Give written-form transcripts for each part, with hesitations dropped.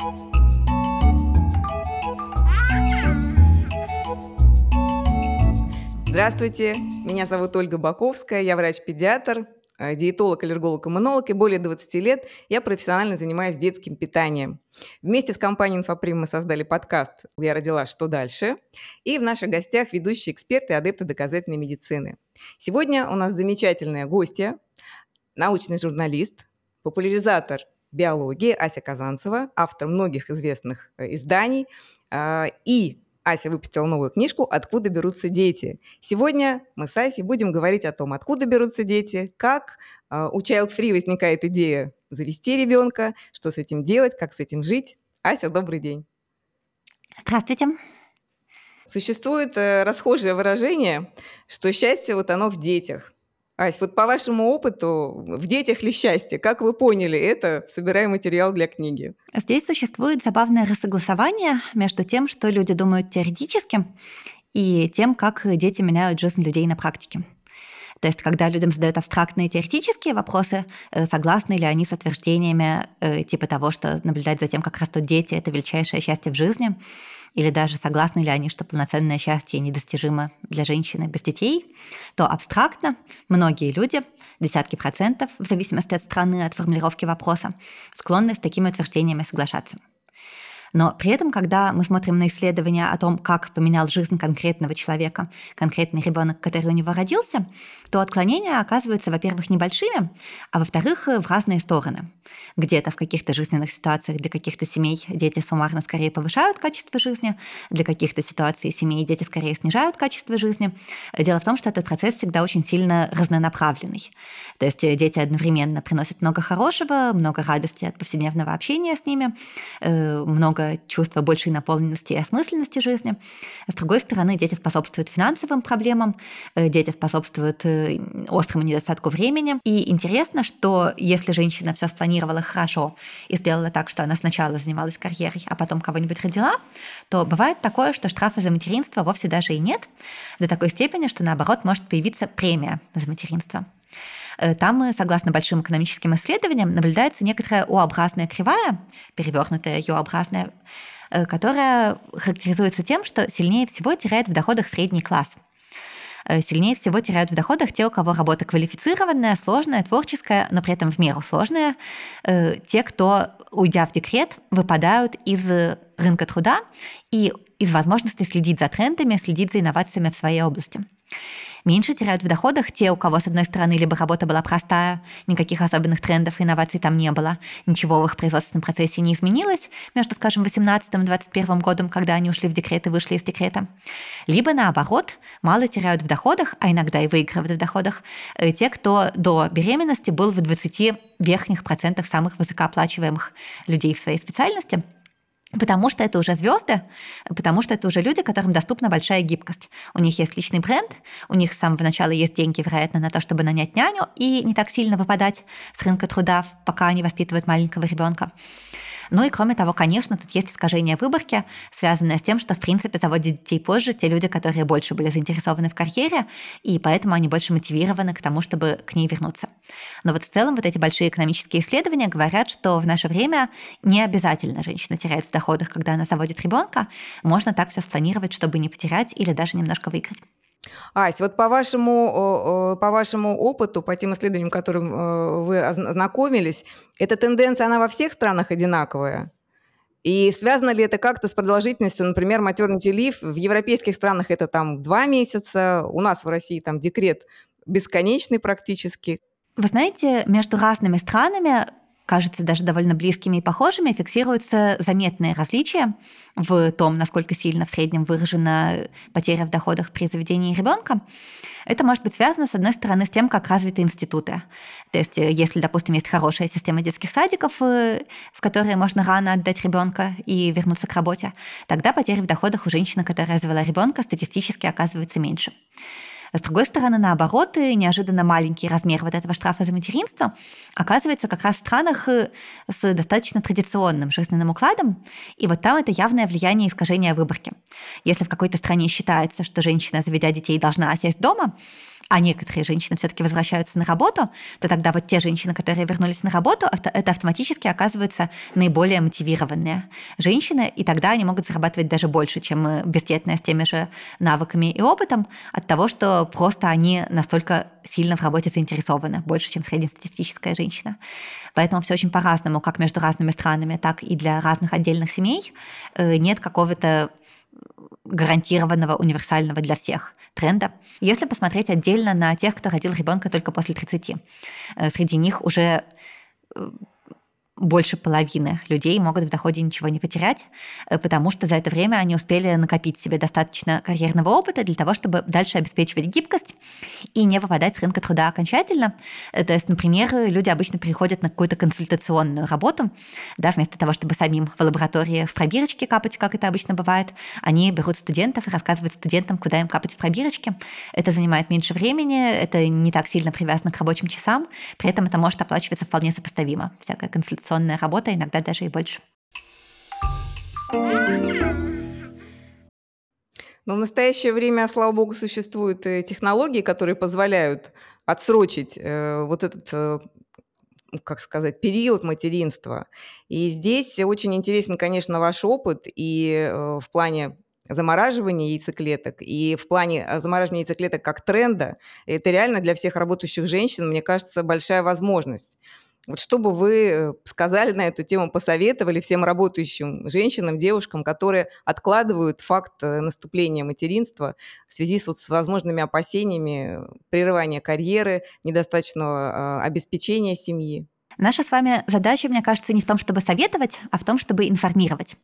Здравствуйте, меня зовут Ольга Баковская, я врач-педиатр, диетолог, аллерголог, иммунолог, и более 20 лет я профессионально занимаюсь детским питанием. Вместе с компанией «Инфоприм» мы создали подкаст «Я родила. Что дальше?», и в наших гостях ведущие эксперты и адепты доказательной медицины. Сегодня у нас замечательная гостья, научный журналист, популяризатор биологии Ася Казанцева, автор многих известных изданий, и Ася выпустила новую книжку «Откуда берутся дети». Сегодня мы с Асей будем говорить о том, откуда берутся дети, как у Child Free возникает идея завести ребенка, что с этим делать, как с этим жить. Ася, добрый день. Здравствуйте. Существует расхожее выражение, что счастье вот оно в детях. Ась, вот по вашему опыту, в детях ли счастье? Как вы поняли это, собирая материал для книги? Здесь существует забавное рассогласование между тем, что люди думают теоретически, и тем, как дети меняют жизнь людей на практике. То есть, когда людям задают абстрактные теоретические вопросы, согласны ли они с утверждениями типа того, что наблюдать за тем, как растут дети, это величайшее счастье в жизни, или даже согласны ли они, что полноценное счастье недостижимо для женщины без детей, то абстрактно многие люди, десятки процентов, в зависимости от страны, от формулировки вопроса, склонны с такими утверждениями соглашаться. Но при этом, когда мы смотрим на исследования о том, как поменял жизнь конкретного человека, конкретный ребенок, который у него родился, то отклонения оказываются, во-первых, небольшими, а во-вторых, в разные стороны. Где-то в каких-то жизненных ситуациях для каких-то семей дети суммарно скорее повышают качество жизни, для каких-то ситуаций семей дети скорее снижают качество жизни. Дело в том, что этот процесс всегда очень сильно разнонаправленный. То есть дети одновременно приносят много хорошего, много радости от повседневного общения с ними, много чувства большей наполненности и осмысленности жизни. С другой стороны, дети способствуют финансовым проблемам, дети способствуют острому недостатку времени. И интересно, что если женщина все спланировала хорошо и сделала так, что она сначала занималась карьерой, а потом кого-нибудь родила, то бывает такое, что штрафа за материнство вовсе даже и нет, до такой степени, что наоборот может появиться премия за материнство. Там, согласно большим экономическим исследованиям, наблюдается некоторая U-образная кривая, перевернутая U-образная, которая характеризуется тем, что сильнее всего теряет в доходах средний класс. Сильнее всего теряют в доходах те, у кого работа квалифицированная, сложная, творческая, но при этом в меру сложная. Те, кто, уйдя в декрет, выпадают из рынка труда и из возможности следить за трендами, следить за инновациями в своей области. Меньше теряют в доходах те, у кого, с одной стороны, либо работа была простая, никаких особенных трендов и инноваций там не было, ничего в их производственном процессе не изменилось между, скажем, 2018 и 2021 годом, когда они ушли в декрет и вышли из декрета. Либо, наоборот, мало теряют в доходах, а иногда и выигрывают в доходах, те, кто до беременности был в 20 верхних процентах самых высокооплачиваемых людей в своей специальности. Потому что это уже звезды, потому что это уже люди, которым доступна большая гибкость. У них есть личный бренд, у них с самого начала есть деньги, вероятно, на то, чтобы нанять няню и не так сильно выпадать с рынка труда, пока они воспитывают маленького ребенка. Ну и кроме того, конечно, тут есть искажение выборки, связанное с тем, что, в принципе, заводят детей позже те люди, которые больше были заинтересованы в карьере, и поэтому они больше мотивированы к тому, чтобы к ней вернуться. Но вот в целом вот эти большие экономические исследования говорят, что в наше время не обязательно женщина теряет в доходах, когда она заводит ребенка. Можно так все спланировать, чтобы не потерять или даже немножко выиграть. Ась, вот по вашему опыту, по тем исследованиям, которым вы ознакомились, эта тенденция, она во всех странах одинаковая? И связано ли это как-то с продолжительностью, например, maternity leave? В европейских странах это там 2 месяца, у нас в России там декрет бесконечный практически. Вы знаете, между разными странами, кажется, даже довольно близкими и похожими, фиксируются заметные различия в том, насколько сильно в среднем выражена потеря в доходах при заведении ребенка. Это может быть связано, с одной стороны, с тем, как развиты институты. То есть, если, допустим, есть хорошая система детских садиков, в которые можно рано отдать ребенка и вернуться к работе, тогда потери в доходах у женщины, которая завела ребенка, статистически оказываются меньше. С другой стороны, наоборот, и неожиданно маленький размер вот этого штрафа за материнство оказывается как раз в странах с достаточно традиционным жизненным укладом, и вот там это явное влияние искажения выборки. Если в какой-то стране считается, что женщина, заведя детей, должна сесть дома, а некоторые женщины все-таки возвращаются на работу, то тогда вот те женщины, которые вернулись на работу, это автоматически оказываются наиболее мотивированные женщины, и тогда они могут зарабатывать даже больше, чем бездетные с теми же навыками и опытом, от того, что просто они настолько сильно в работе заинтересованы, больше, чем среднестатистическая женщина. Поэтому все очень по-разному, как между разными странами, так и для разных отдельных семей. Нет какого-то гарантированного, универсального для всех тренда. Если посмотреть отдельно на тех, кто родил ребенка только после 30, среди них уже больше половины людей могут в доходе ничего не потерять, потому что за это время они успели накопить себе достаточно карьерного опыта для того, чтобы дальше обеспечивать гибкость и не выпадать с рынка труда окончательно. То есть, например, люди обычно переходят на какую-то консультационную работу, да, вместо того, чтобы самим в лаборатории в пробирочке капать, как это обычно бывает, они берут студентов и рассказывают студентам, куда им капать в пробирочке. Это занимает меньше времени, это не так сильно привязано к рабочим часам, при этом это может оплачиваться вполне сопоставимо. Всякая консультационная работа, иногда даже и больше. Но в настоящее время, слава богу, существуют технологии, которые позволяют отсрочить вот этот, как сказать, период материнства. И здесь очень интересен, конечно, ваш опыт и в плане замораживания яйцеклеток, и в плане замораживания яйцеклеток как тренда. Это реально для всех работающих женщин, мне кажется, большая возможность. Вот что бы вы сказали на эту тему, посоветовали всем работающим женщинам, девушкам, которые откладывают факт наступления материнства в связи с возможными опасениями прерывания карьеры, недостаточного обеспечения семьи? Наша с вами задача, мне кажется, не в том, чтобы советовать, а в том, чтобы информировать.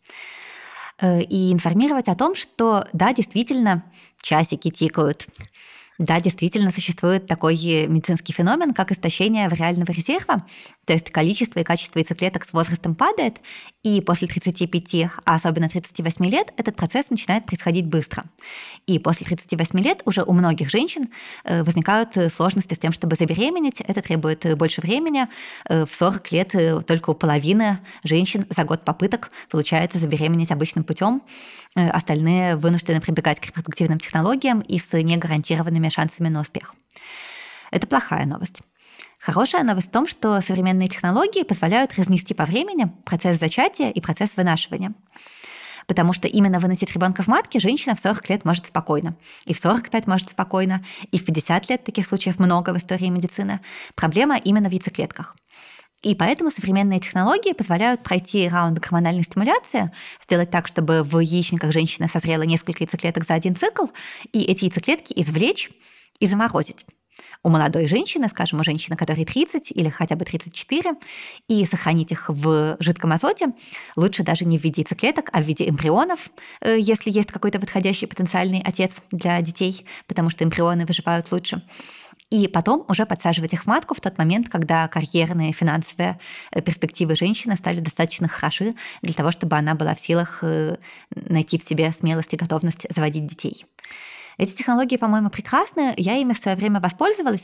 И информировать о том, что да, действительно, часики тикают. Да, действительно существует такой медицинский феномен, как истощение вариального резерва, то есть количество и качество яйцеклеток с возрастом падает, и после 35, а особенно 38 лет, этот процесс начинает происходить быстро. И после 38 лет уже у многих женщин возникают сложности с тем, чтобы забеременеть, это требует больше времени. В 40 лет только у половины женщин за год попыток получается забеременеть обычным путем, остальные вынуждены прибегать к репродуктивным технологиям и с негарантированными шансами на успех. Это плохая новость. Хорошая новость в том, что современные технологии позволяют разнести по времени процесс зачатия и процесс вынашивания. Потому что именно выносить ребенка в матке женщина в 40 лет может спокойно. И в 45 может спокойно, и в 50 лет таких случаев много в истории медицины. Проблема именно в яйцеклетках. И поэтому современные технологии позволяют пройти раунд гормональной стимуляции, сделать так, чтобы в яичниках женщины созрело несколько яйцеклеток за один цикл, и эти яйцеклетки извлечь и заморозить. У молодой женщины, скажем, у женщины, которой 30 или хотя бы 34, и сохранить их в жидком азоте лучше даже не в виде яйцеклеток, а в виде эмбрионов, если есть какой-то подходящий потенциальный отец для детей, потому что эмбрионы выживают лучше. И потом уже подсаживать их в матку в тот момент, когда карьерные, финансовые перспективы женщины стали достаточно хороши для того, чтобы она была в силах найти в себе смелость и готовность заводить детей. Эти технологии, по-моему, прекрасны. Я ими в свое время воспользовалась.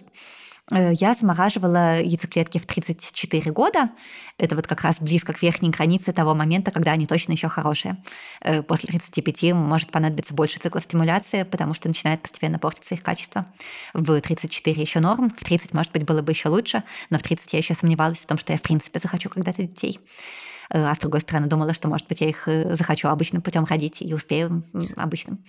Я замораживала яйцеклетки в 34 года. Это вот как раз близко к верхней границе того момента, когда они точно еще хорошие. После 35 может понадобиться больше циклов стимуляции, потому что начинает постепенно портиться их качество. В 34 еще норм, в 30, может быть, было бы еще лучше, но в 30 я еще сомневалась в том, что я в принципе захочу когда-то детей. А с другой стороны, думала, что, может быть, я их захочу обычным путем родить и успею обычным.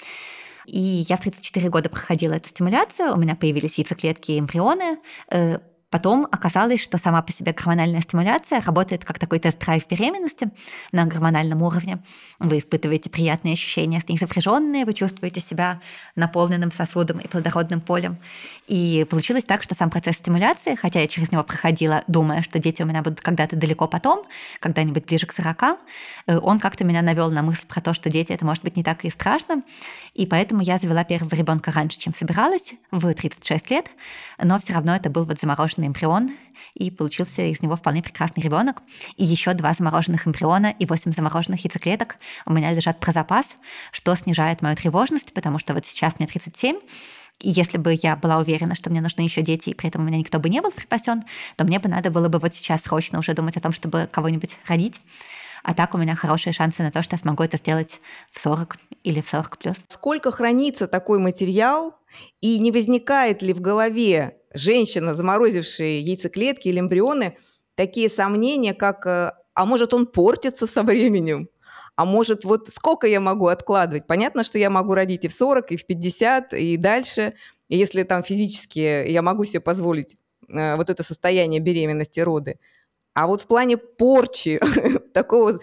И я в 34 года проходила эту стимуляцию, у меня появились яйцеклетки и эмбрионы. Потом оказалось, что сама по себе гормональная стимуляция работает как такой тест-драйв беременности на гормональном уровне. Вы испытываете приятные ощущения с ней сопряженные, вы чувствуете себя наполненным сосудом и плодородным полем. И получилось так, что сам процесс стимуляции, хотя я через него проходила, думая, что дети у меня будут когда-то далеко потом, когда-нибудь ближе к 40, он как-то меня навел на мысль про то, что дети — это может быть не так и страшно. И поэтому я завела первого ребенка раньше, чем собиралась, в 36 лет, но все равно это был вот замороженный эмбрион, и получился из него вполне прекрасный ребенок. И еще 2 замороженных эмбриона и 8 замороженных яйцеклеток у меня лежат про запас, что снижает мою тревожность, потому что вот сейчас мне 37, И если бы я была уверена, что мне нужны еще дети, и при этом у меня никто бы не был припасен, то мне бы надо было бы вот сейчас срочно уже думать о том, чтобы кого-нибудь родить. А так у меня хорошие шансы на то, что я смогу это сделать в 40 или в 40 плюс. Сколько хранится такой материал, и не возникает ли в голове женщины, заморозившие яйцеклетки или эмбрионы, такие сомнения, как «а может, он портится со временем?» А может, вот сколько я могу откладывать? Понятно, что я могу родить и в 40, и в 50, и дальше. И если там физически я могу себе позволить вот это состояние беременности, роды. А вот в плане порчи такого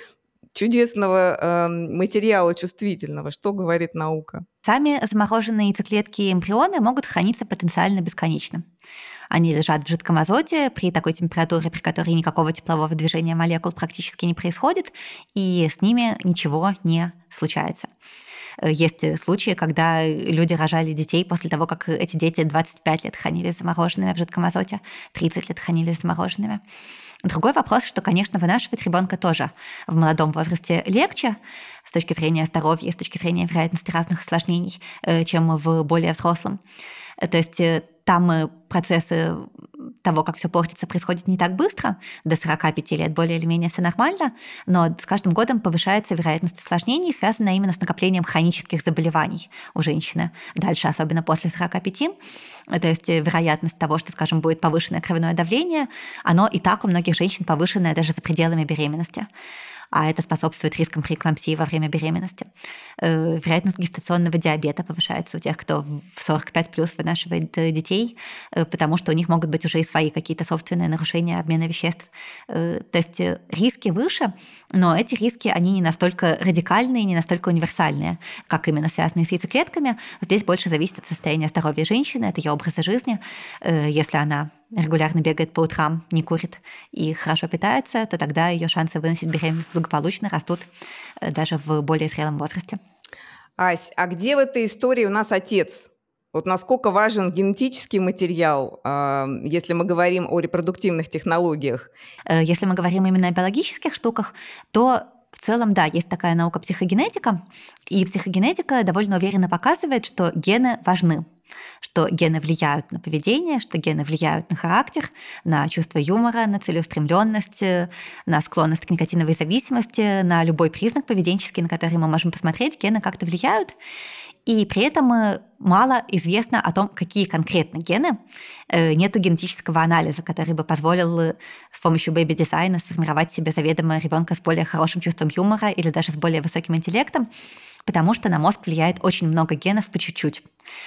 чудесного материала чувствительного, что говорит наука? Сами замороженные яйцеклетки и эмбрионы могут храниться потенциально бесконечно. Они лежат в жидком азоте при такой температуре, при которой никакого теплового движения молекул практически не происходит, и с ними ничего не случается. Есть случаи, когда люди рожали детей после того, как эти дети 25 лет хранились замороженными в жидком азоте, 30 лет хранились замороженными. Другой вопрос, что, конечно, вынашивать ребенка тоже в молодом возрасте легче с точки зрения здоровья, с точки зрения вероятности разных осложнений, чем в более взрослом. То есть там процессы того, как все портится, происходит не так быстро, до 45 лет более или менее все нормально, но с каждым годом повышается вероятность осложнений, связанная именно с накоплением хронических заболеваний у женщины. Дальше, особенно после 45, то есть вероятность того, что, скажем, будет повышенное кровяное давление, оно и так у многих женщин повышенное даже за пределами беременности. А это способствует рискам преэклампсии во время беременности. Вероятность гестационного диабета повышается у тех, кто в 45 плюс вынашивает детей, потому что у них могут быть уже и свои какие-то собственные нарушения обмена веществ. То есть риски выше, но эти риски, они не настолько радикальные, не настолько универсальные, как именно связанные с яйцеклетками. Здесь больше зависит от состояния здоровья женщины, от ее образа жизни. Если она регулярно бегает по утрам, не курит и хорошо питается, то тогда ее шансы выносить беременность благополучно растут даже в более зрелом возрасте. Ась, а где в этой истории у нас отец? Вот насколько важен генетический материал, если мы говорим о репродуктивных технологиях? Если мы говорим именно о биологических штуках, то в целом, да, есть такая наука психогенетика, и психогенетика довольно уверенно показывает, что гены важны, что гены влияют на поведение, что гены влияют на характер, на чувство юмора, на целеустремленность, на склонность к никотиновой зависимости, на любой признак поведенческий, на который мы можем посмотреть, гены как-то влияют. И при этом мало известно о том, какие конкретно гены. Нету генетического анализа, который бы позволил с помощью бэби-дизайна сформировать себе заведомо ребенка с более хорошим чувством юмора или даже с более высоким интеллектом, потому что на мозг влияет очень много генов по чуть-чуть.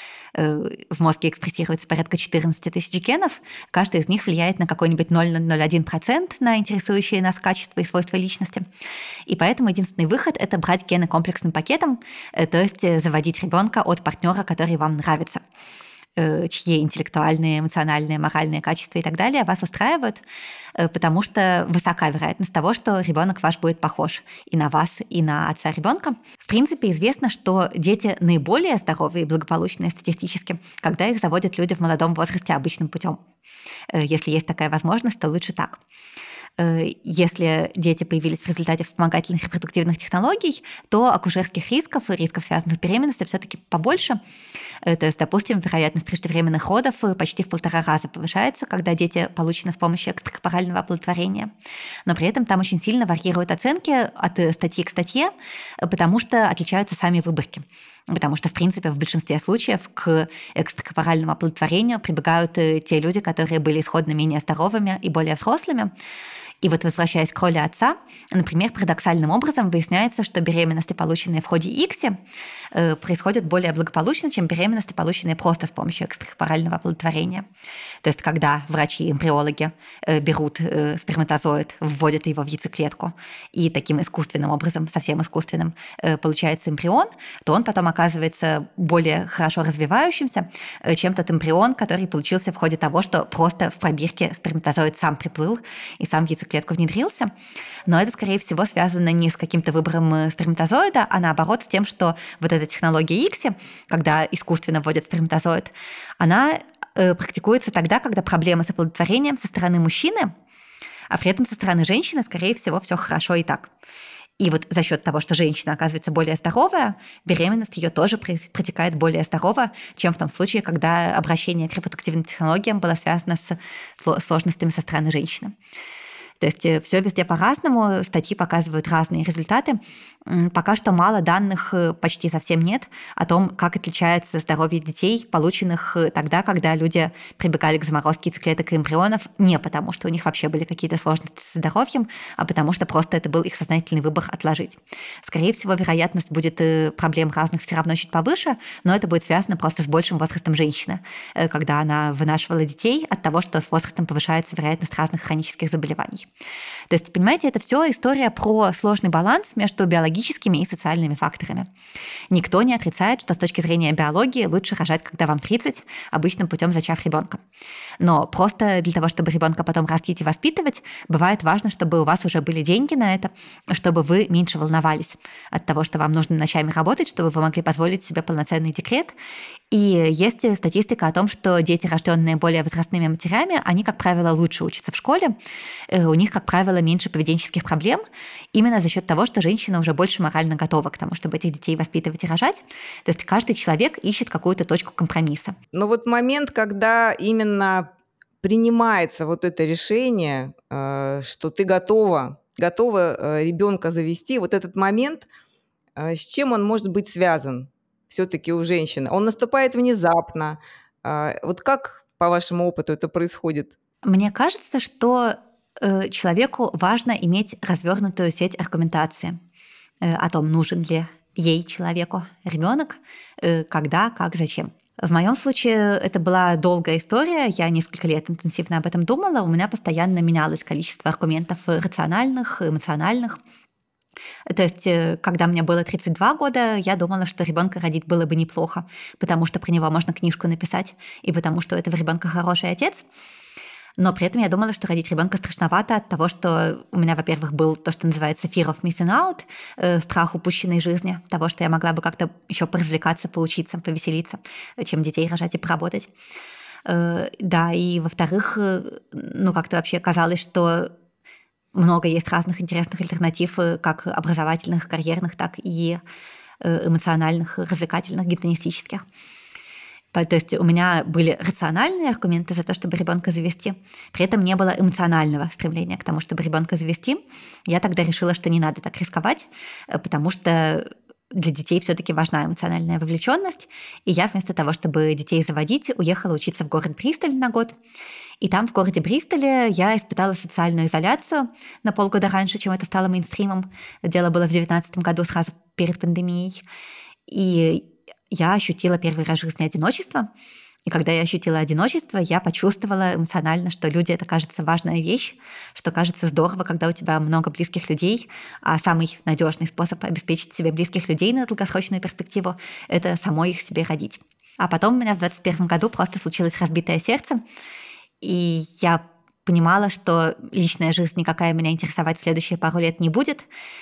В мозге экспрессируется порядка 14 тысяч генов. Каждый из них влияет на какой-нибудь 0,001% на интересующие нас качества и свойства личности. И поэтому единственный выход – это брать гены комплексным пакетом, то есть заводить ребенка от партнера, который вам нравится, чьи интеллектуальные, эмоциональные, моральные качества и так далее вас устраивают, потому что высока вероятность того, что ребенок ваш будет похож и на вас, и на отца ребенка. В принципе, известно, что дети наиболее здоровые и благополучные статистически, когда их заводят люди в молодом возрасте обычным путем. Если есть такая возможность, то лучше так. Если дети появились в результате вспомогательных репродуктивных технологий, то акушерских рисков и рисков, связанных с беременностью, все-таки побольше. То есть, допустим, вероятность преждевременных родов почти в 1,5 раза повышается, когда дети получены с помощью экстракорпорального оплодотворения. Но при этом там очень сильно варьируют оценки от статьи к статье, потому что отличаются сами выборки. Потому что, в принципе, в большинстве случаев к экстракорпоральному оплодотворению прибегают те люди, которые были исходно менее здоровыми и более взрослыми. И вот, возвращаясь к роли отца, например, парадоксальным образом выясняется, что беременности, полученные в ходе ИКСИ, происходят более благополучно, чем беременности, полученные просто с помощью экстракорпорального оплодотворения. То есть, когда врачи-эмбриологи берут сперматозоид, вводят его в яйцеклетку, и таким искусственным образом, совсем искусственным, получается эмбрион, то он потом оказывается более хорошо развивающимся, чем тот эмбрион, который получился в ходе того, что просто в пробирке сперматозоид сам приплыл и сам в яйцеклетку внедрился. Но это, скорее всего, связано не с каким-то выбором сперматозоида, а наоборот с тем, что вот эта технология ИКСИ, когда искусственно вводят сперматозоид, она практикуется тогда, когда проблемы с оплодотворением со стороны мужчины, а при этом со стороны женщины, скорее всего, все хорошо и так. И вот за счет того, что женщина оказывается более здоровая, беременность ее тоже протекает более здорово, чем в том случае, когда обращение к репродуктивным технологиям было связано с сложностями со стороны женщины. То есть все везде по-разному, статьи показывают разные результаты. Пока что мало данных, почти совсем нет, о том, как отличается здоровье детей, полученных тогда, когда люди прибегали к заморозке яйцеклеток и эмбрионов, не потому, что у них вообще были какие-то сложности со здоровьем, а потому что просто это был их сознательный выбор отложить. Скорее всего, вероятность будет проблем разных все равно чуть повыше, но это будет связано просто с большим возрастом женщины, когда она вынашивала детей, от того, что с возрастом повышается вероятность разных хронических заболеваний. То есть, понимаете, это все история про сложный баланс между биологическими и социальными факторами. Никто не отрицает, что с точки зрения биологии лучше рожать, когда вам 30, обычным путем зачав ребенка. Но просто для того, чтобы ребенка потом растить и воспитывать, бывает важно, чтобы у вас уже были деньги на это, чтобы вы меньше волновались от того, что вам нужно ночами работать, чтобы вы могли позволить себе полноценный декрет. И есть статистика о том, что дети, рожденные более возрастными матерями, они, как правило, лучше учатся в школе, у них, как правило, меньше поведенческих проблем, именно за счет того, что женщина уже больше морально готова к тому, чтобы этих детей воспитывать и рожать. То есть каждый человек ищет какую-то точку компромисса. Но вот момент, когда именно принимается вот это решение, что ты готова ребенка завести, вот этот момент, с чем он может быть связан все-таки у женщины? Он наступает внезапно. Вот как, по вашему опыту, это происходит? Мне кажется, что человеку важно иметь развернутую сеть аргументации о том, нужен ли ей, человеку, ребенок, когда, как, зачем. В моем случае это была долгая история, я несколько лет интенсивно об этом думала, у меня постоянно менялось количество аргументов рациональных, эмоциональных. То есть, когда мне было 32 года, я думала, что ребенка родить было бы неплохо, потому что про него можно книжку написать, и потому что у этого ребенка хороший отец. Но при этом я думала, что родить ребенка страшновато от того, что у меня, во-первых, был то, что называется fear of missing out, страх упущенной жизни, того, что я могла бы как-то еще поразвлекаться, поучиться, повеселиться, чем детей рожать и поработать. Да, и во-вторых, как-то вообще казалось, что много есть разных интересных альтернатив, как образовательных, карьерных, так и эмоциональных, развлекательных, гедонистических. То есть у меня были рациональные аргументы за то, чтобы ребенка завести, при этом не было эмоционального стремления к тому, чтобы ребенка завести. Я тогда решила, что не надо так рисковать, потому что для детей все-таки важна эмоциональная вовлеченность. И я вместо того, чтобы детей заводить, уехала учиться в город Бристоль на год. И там, в городе Бристоле, я испытала социальную изоляцию на полгода раньше, чем это стало мейнстримом. Дело было в 2019 году, сразу перед пандемией. И я ощутила первый раз в жизни одиночество. И когда я ощутила одиночество, я почувствовала эмоционально, что люди — это, кажется, важная вещь, что кажется здорово, когда у тебя много близких людей, а самый надежный способ обеспечить себе близких людей на долгосрочную перспективу — это самой их себе родить. А потом у меня в 2021 году просто случилось разбитое сердце, и я понимала, что личная жизнь никакая меня интересовать в следующие пару лет не будет.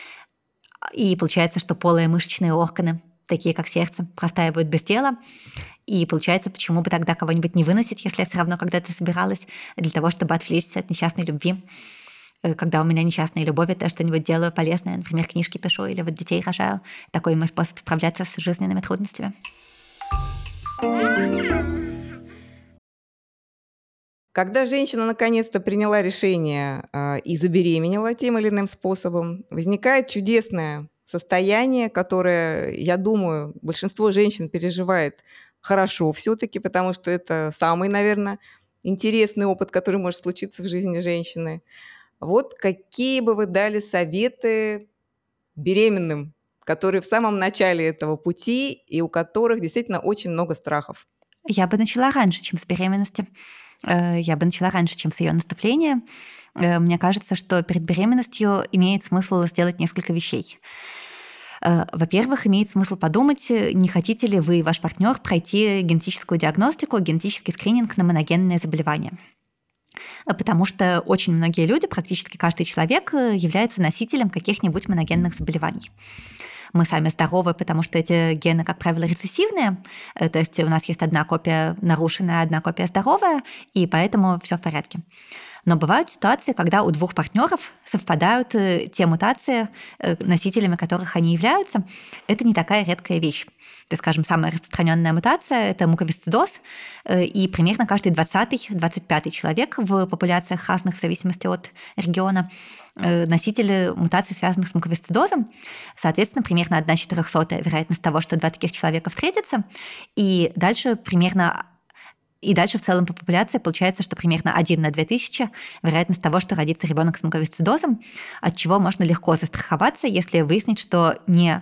И получается, что полые мышечные органы, такие как сердце, простаивают без тела. И получается, почему бы тогда кого-нибудь не выносить, если я все равно когда-то собиралась, для того, чтобы отвлечься от несчастной любви. Когда у меня несчастная любовь, я что-нибудь делаю полезное, например, книжки пишу или вот детей рожаю. Такой мой способ справляться с жизненными трудностями. Когда женщина наконец-то приняла решение и забеременела тем или иным способом, возникает чудесное состояние, которое, я думаю, большинство женщин переживает хорошо все-таки, потому что это самый, наверное, интересный опыт, который может случиться в жизни женщины. Вот какие бы вы дали советы беременным, которые в самом начале этого пути и у которых действительно очень много страхов? Я бы начала раньше, чем с беременности. Я бы начала раньше, чем с ее наступления. Мне кажется, что перед беременностью имеет смысл сделать несколько вещей. Во-первых, имеет смысл подумать, не хотите ли вы и ваш партнер пройти генетическую диагностику, генетический скрининг на моногенные заболевания. Потому что очень многие люди, практически каждый человек, является носителем каких-нибудь моногенных заболеваний. Мы сами здоровы, потому что эти гены, как правило, рецессивные, то есть у нас есть одна копия нарушенная, одна копия здоровая, и поэтому все в порядке. Но бывают ситуации, когда у двух партнеров совпадают те мутации, носителями которых они являются. Это не такая редкая вещь. То есть, скажем, самая распространенная мутация – это муковисцидоз, и примерно каждый 20-25 человек в популяциях разных, в зависимости от региона, носители мутаций, связанных с муковисцидозом. Соответственно, примерно 1/400 вероятность того, что два таких человека встретятся, и дальше в целом по популяции получается, что примерно 1 на 2000 вероятность того, что родится ребенок с муковисцидозом, от чего можно легко застраховаться, если выяснить, что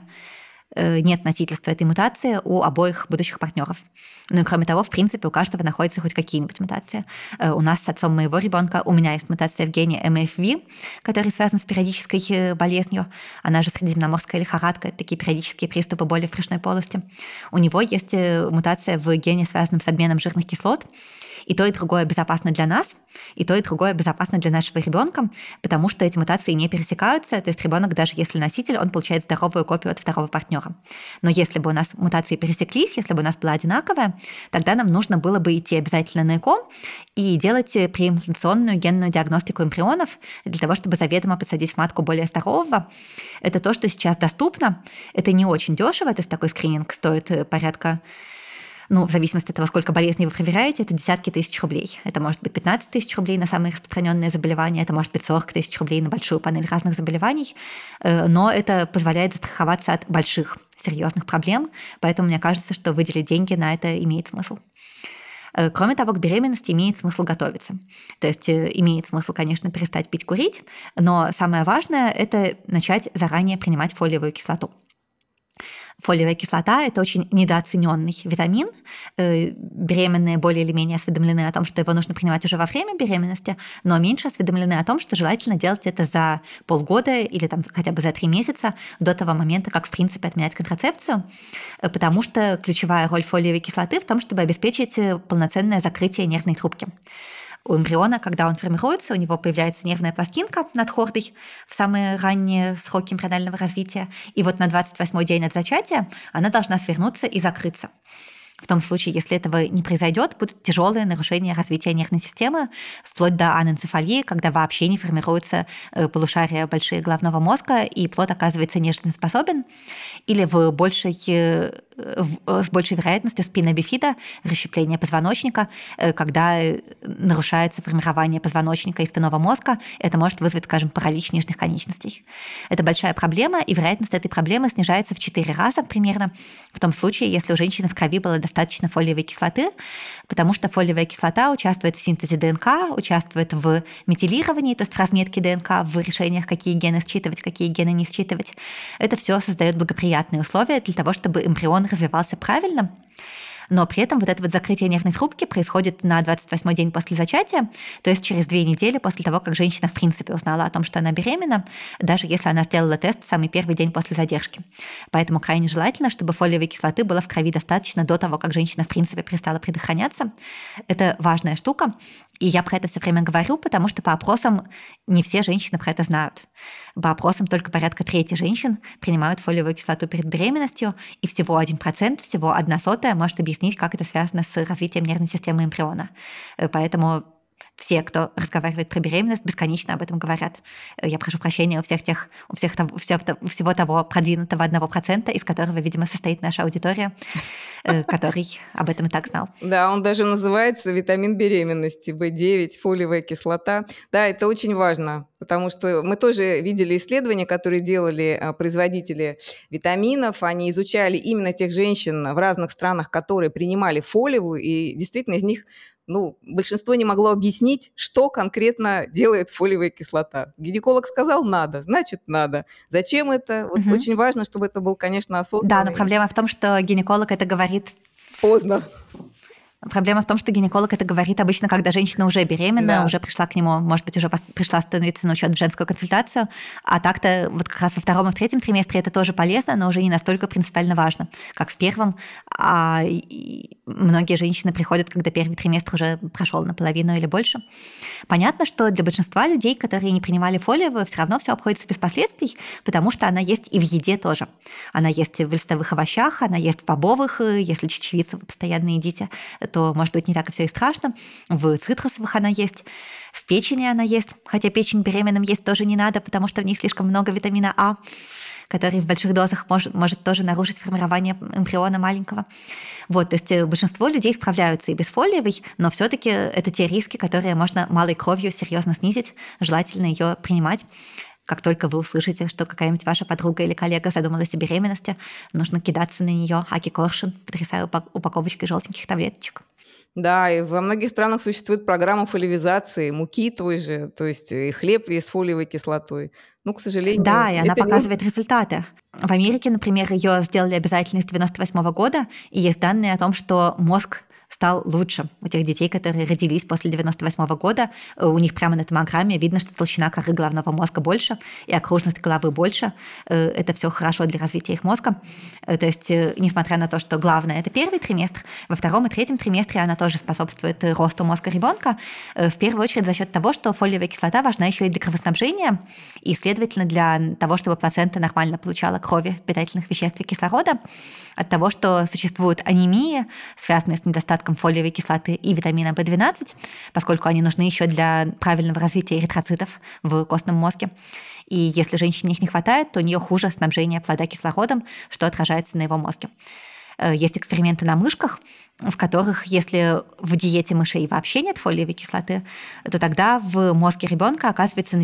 нет носительства этой мутации у обоих будущих партнеров. Ну и кроме того, в принципе, у каждого находятся хоть какие-нибудь мутации. У нас с отцом моего ребенка, у меня есть мутация в гене MFV, который связан с периодической болезнью. Она же средиземноморская лихорадка, это такие периодические приступы боли в брюшной полости. У него есть мутация в гене, связанном с обменом жирных кислот. И то, и другое безопасно для нас, и то, и другое безопасно для нашего ребенка, потому что эти мутации не пересекаются. То есть ребенок, даже если носитель, он получает здоровую копию от второго партнера. Но если бы у нас мутации пересеклись, если бы у нас была одинаковая, тогда нам нужно было бы идти обязательно на ЭКО и делать преимплантационную генную диагностику эмбрионов для того, чтобы заведомо подсадить в матку более здорового. Это то, что сейчас доступно. Это не очень дешево, то есть такой скрининг стоит порядка, в зависимости от того, сколько болезней вы проверяете, это десятки тысяч рублей. Это может быть 15 тысяч рублей на самые распространенные заболевания, это может быть 40 тысяч рублей на большую панель разных заболеваний, но это позволяет застраховаться от больших серьезных проблем, поэтому мне кажется, что выделить деньги на это имеет смысл. Кроме того, к беременности имеет смысл готовиться. То есть имеет смысл, конечно, перестать пить, курить, но самое важное – это начать заранее принимать фолиевую кислоту. Фолиевая кислота – это очень недооцененный витамин. Беременные более или менее осведомлены о том, что его нужно принимать уже во время беременности, но меньше осведомлены о том, что желательно делать это за полгода или хотя бы за 3 месяца до того момента, как в принципе отменять контрацепцию, потому что ключевая роль фолиевой кислоты в том, чтобы обеспечить полноценное закрытие нервной трубки. У эмбриона, когда он формируется, у него появляется нервная пластинка над хордой в самые ранние сроки эмбрионального развития. И вот на 28-й день от зачатия она должна свернуться и закрыться. В том случае, если этого не произойдет, будут тяжелые нарушения развития нервной системы, вплоть до анэнцефалии, когда вообще не формируются полушария большие головного мозга, и плод оказывается нежизнеспособен, или с большей вероятностью спина бифида, расщепление позвоночника, когда нарушается формирование позвоночника и спинного мозга, это может вызвать, скажем, паралич нижних конечностей. Это большая проблема, и вероятность этой проблемы снижается в 4 раза примерно в том случае, если у женщины в крови было достаточно фолиевой кислоты, потому что фолиевая кислота участвует в синтезе ДНК, участвует в метилировании, то есть в разметке ДНК, в решениях, какие гены считывать, какие гены не считывать. Это все создает благоприятные условия для того, чтобы эмбрион развивался правильно. Но при этом вот это вот закрытие нервной трубки происходит на 28-й день после зачатия, то есть через 2 недели после того, как женщина в принципе узнала о том, что она беременна, даже если она сделала тест в самый первый день после задержки. Поэтому крайне желательно, чтобы фолиевой кислоты было в крови достаточно до того, как женщина в принципе перестала предохраняться. Это важная штука. И я про это все время говорю, потому что по опросам не все женщины про это знают. По опросам только порядка 1/3 женщин принимают фолиевую кислоту перед беременностью, и всего 1%, всего 1/100 может объяснить, как это связано с развитием нервной системы эмбриона. Поэтому все, кто разговаривает про беременность, бесконечно об этом говорят. Я прошу прощения у всего того продвинутого 1%, из которого, видимо, состоит наша аудитория, который об этом и так знал. Да, он даже называется витамин беременности, В9, фолиевая кислота. Да, это очень важно, потому что мы тоже видели исследования, которые делали производители витаминов. Они изучали именно тех женщин в разных странах, которые принимали фолиевую, и действительно из них большинство не могло объяснить, что конкретно делает фолиевая кислота. Гинеколог сказал «надо», значит «надо». Зачем это? Вот очень важно, чтобы это был, конечно, осознанный. Да, но проблема в том, что гинеколог это говорит поздно. Проблема в том, что гинеколог это говорит обычно, когда женщина уже беременна, уже пришла к нему, может быть, уже пришла становиться на учет в женскую консультацию, а так-то вот как раз во 2-м и в 3-м триместре это тоже полезно, но уже не настолько принципиально важно, как в 1-м. Многие женщины приходят, когда первый триместр уже прошел наполовину или больше. Понятно, что для большинства людей, которые не принимали фолиевую, все равно все обходится без последствий, потому что она есть и в еде тоже. Она есть в листовых овощах, она есть в бобовых, если чечевицу вы постоянно едите, то, может быть, не так и все и страшно. В цитрусовых она есть, в печени она есть, хотя печень беременным есть тоже не надо, потому что в ней слишком много витамина А, который в больших дозах может тоже нарушить формирование эмбриона маленького. Вот, то есть большинство людей справляются и без фолиевой, но все-таки это те риски, которые можно малой кровью серьезно снизить. Желательно ее принимать. Как только вы услышите, что какая-нибудь ваша подруга или коллега задумалась о беременности, нужно кидаться на нее, аки коршун, потрясая упаковочкой желтеньких таблеточек. Да, и во многих странах существует программа фолиевизации, муки той же, то есть и хлеб весь с фолиевой кислотой. Ну, к сожалению, Да, и она это не... показывает результаты. В Америке, например, ее сделали обязательной с 1998 года, и есть данные о том, что мозг стал лучше у тех детей, которые родились после 1998 года. У них прямо на томограмме видно, что толщина коры головного мозга больше, и окружность головы больше. Это все хорошо для развития их мозга. То есть, несмотря на то, что главное – это первый триместр, во втором и третьем триместре она тоже способствует росту мозга ребенка, в первую очередь за счет того, что фолиевая кислота важна еще и для кровоснабжения, и, следовательно, для того, чтобы плацента нормально получала крови, питательных веществ и кислорода, от того, что существуют анемии, связанные с недостатком фолиевой кислоты и витамина В12, поскольку они нужны еще для правильного развития эритроцитов в костном мозге. И если женщине их не хватает, то у нее хуже снабжение плода кислородом, что отражается на его мозге. Есть эксперименты на мышках, в которых, если в диете мышей вообще нет фолиевой кислоты, то тогда в мозге ребенка оказывается на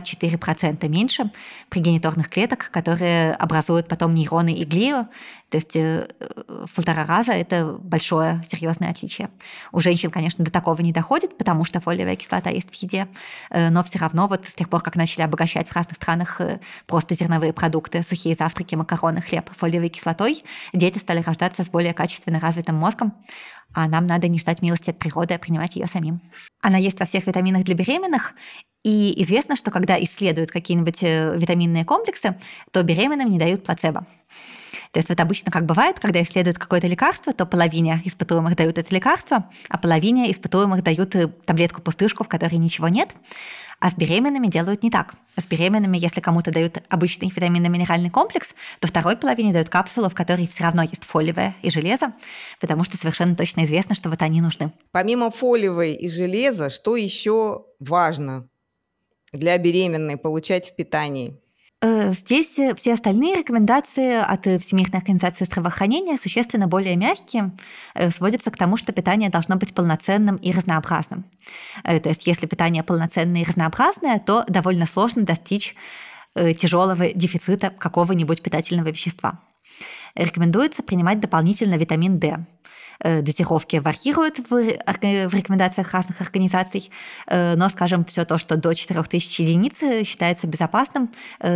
54% меньше прогениторных клеток, которые образуют потом нейроны и глию. То есть в 1,5 раза это большое, серьезное отличие. У женщин, конечно, до такого не доходит, потому что фолиевая кислота есть в еде, но все равно вот с тех пор, как начали обогащать в разных странах просто зерновые продукты, сухие завтраки, макароны, хлеб фолиевой кислотой, дети стали рождаться с более качественно развитым мозгом, а нам надо не ждать милости от природы, а принимать ее самим. Она есть во всех витаминах для беременных, и известно, что когда исследуют какие-нибудь витаминные комплексы, то беременным не дают плацебо. То есть вот обычно как бывает, когда исследуют какое-то лекарство, то половине испытуемых дают это лекарство, а половине испытуемых дают таблетку-пустышку, в которой ничего нет. А с беременными делают не так. С беременными, если кому-то дают обычный витаминно-минеральный комплекс, то второй половине дают капсулу, в которой все равно есть фолиевое и железо, потому что совершенно точно известно, что вот они нужны. Помимо фолиевой и железа, что еще важно для беременной получать в питании? Здесь все остальные рекомендации от Всемирной организации здравоохранения существенно более мягкие, сводятся к тому, что питание должно быть полноценным и разнообразным. То есть если питание полноценное и разнообразное, то довольно сложно достичь тяжелого дефицита какого-нибудь питательного вещества. Рекомендуется принимать дополнительно витамин D. Дозировки варьируют в рекомендациях разных организаций, но, скажем, все то, что до 4000 единиц, считается безопасным,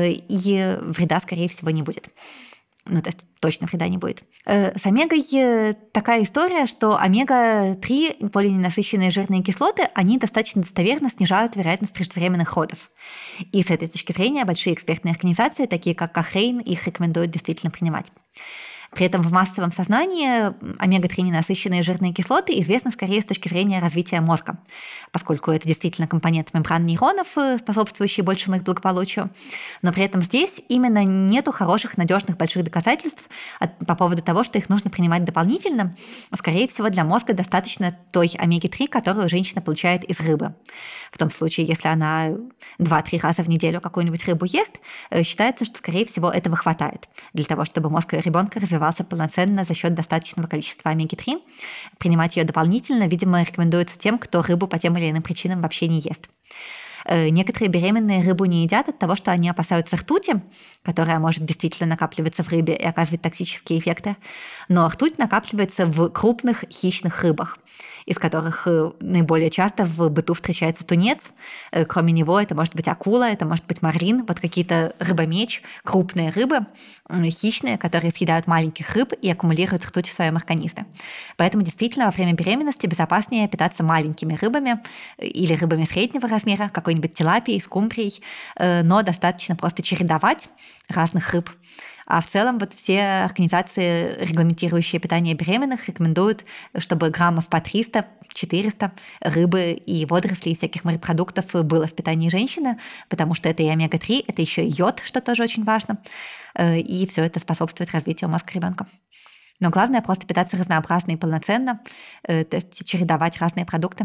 и вреда, скорее всего, не будет. Ну, то есть точно вреда не будет. С омегой такая история, что омега-3, полиненасыщенные жирные кислоты, они достаточно достоверно снижают вероятность преждевременных родов. И с этой точки зрения большие экспертные организации, такие как Cochrane, их рекомендуют действительно принимать. При этом в массовом сознании омега-3 ненасыщенные жирные кислоты известны скорее с точки зрения развития мозга, поскольку это действительно компонент мембран нейронов, способствующий большему их благополучию. Но при этом здесь именно нету хороших, надежных, больших доказательств по поводу того, что их нужно принимать дополнительно. Скорее всего, для мозга достаточно той омеги-3, которую женщина получает из рыбы. В том случае, если она 2-3 раза в неделю какую-нибудь рыбу ест, считается, что, скорее всего, этого хватает для того, чтобы мозг ее ребенка развивался полноценно за счет достаточного количества омеги-3. Принимать ее дополнительно, видимо, рекомендуется тем, кто рыбу по тем или иным причинам вообще не ест. Некоторые беременные рыбу не едят от того, что они опасаются ртути, которая может действительно накапливаться в рыбе и оказывать токсические эффекты. Но ртуть накапливается в крупных хищных рыбах, из которых наиболее часто в быту встречается тунец. Кроме него это может быть акула, это может быть марлин, вот какие-то рыбомеч, крупные рыбы, хищные, которые съедают маленьких рыб и аккумулируют ртуть в своем организме. Поэтому действительно во время беременности безопаснее питаться маленькими рыбами или рыбами среднего размера, какой-нибудь какой-нибудь тилапией, скумбрией, но достаточно просто чередовать разных рыб. А в целом вот все организации, регламентирующие питание беременных, рекомендуют, чтобы граммов по 300-400 рыбы и водорослей, и всяких морепродуктов было в питании женщины, потому что это и омега-3, это еще и йод, что тоже очень важно, и все это способствует развитию мозга ребенка. Но главное просто питаться разнообразно и полноценно, то есть чередовать разные продукты.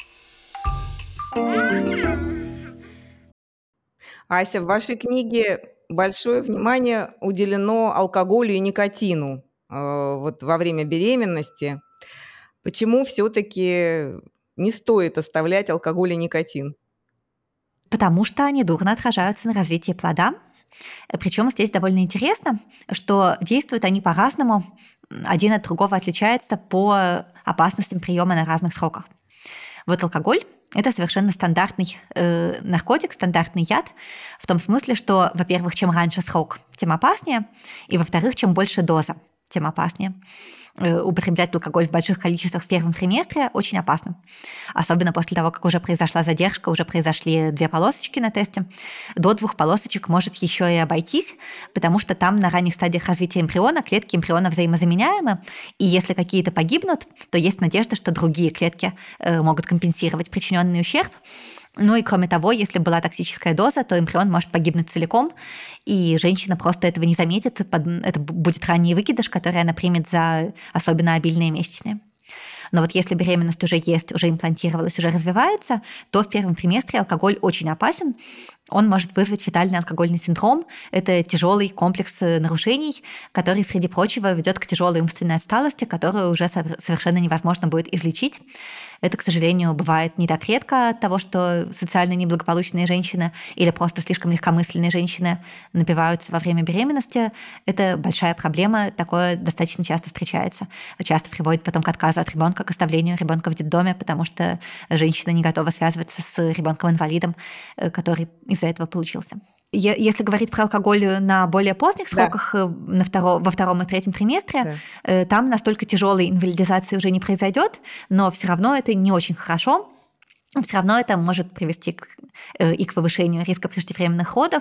Ася, в вашей книге большое внимание уделено алкоголю и никотину вот во время беременности. Почему все-таки не стоит оставлять алкоголь и никотин? Потому что они дурно отражаются на развитии плода. Причем здесь довольно интересно, что действуют они по-разному, один от другого отличается по опасностям приема на разных сроках. Вот алкоголь – это совершенно стандартный наркотик, стандартный яд, в том смысле, что, во-первых, чем раньше срок, тем опаснее, и, во-вторых, чем больше доза, тем опаснее. Употреблять алкоголь в больших количествах в первом триместре очень опасно. Особенно после того, как уже произошла задержка, уже произошли 2 полосочки на тесте. До 2 полосочек может еще и обойтись, потому что там на ранних стадиях развития эмбриона клетки эмбриона взаимозаменяемы, и если какие-то погибнут, то есть надежда, что другие клетки могут компенсировать причиненный ущерб. Ну и кроме того, если была токсическая доза, то эмбрион может погибнуть целиком, и женщина просто этого не заметит. Это будет ранний выкидыш, который она примет за особенно обильные месячные. Но вот если беременность уже есть, уже имплантировалась, уже развивается, то в первом триместре алкоголь очень опасен. Он может вызвать фетальный алкогольный синдром. Это тяжелый комплекс нарушений, который, среди прочего, ведет к тяжелой умственной отсталости, которую уже совершенно невозможно будет излечить. Это, к сожалению, бывает не так редко от того, что социально неблагополучные женщины или просто слишком легкомысленные женщины напиваются во время беременности. Это большая проблема, такое достаточно часто встречается. Часто приводит потом к отказу от ребенка, к оставлению ребенка в детдоме, потому что женщина не готова связываться с ребенком-инвалидом, который из-за этого получился. Если говорить про алкоголь на более поздних сроках, во втором и третьем триместре, там настолько тяжелой инвалидизации уже не произойдет, но все равно это не очень хорошо. Все равно это может привести и к повышению риска преждевременных родов,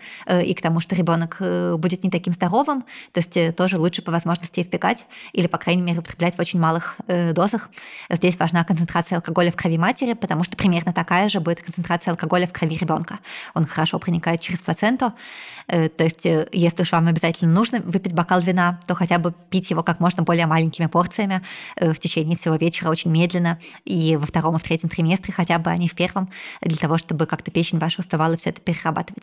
и к тому, что ребенок будет не таким здоровым. То есть тоже лучше по возможности избегать или, по крайней мере, употреблять в очень малых дозах. Здесь важна концентрация алкоголя в крови матери, потому что примерно такая же будет концентрация алкоголя в крови ребенка. Он хорошо проникает через плаценту. То есть если уж вам обязательно нужно выпить бокал вина, то хотя бы пить его как можно более маленькими порциями в течение всего вечера, очень медленно, и во втором и в третьем триместре, хотя бы, а не в первом, для того, чтобы как-то печень ваша успевала все это перерабатывать.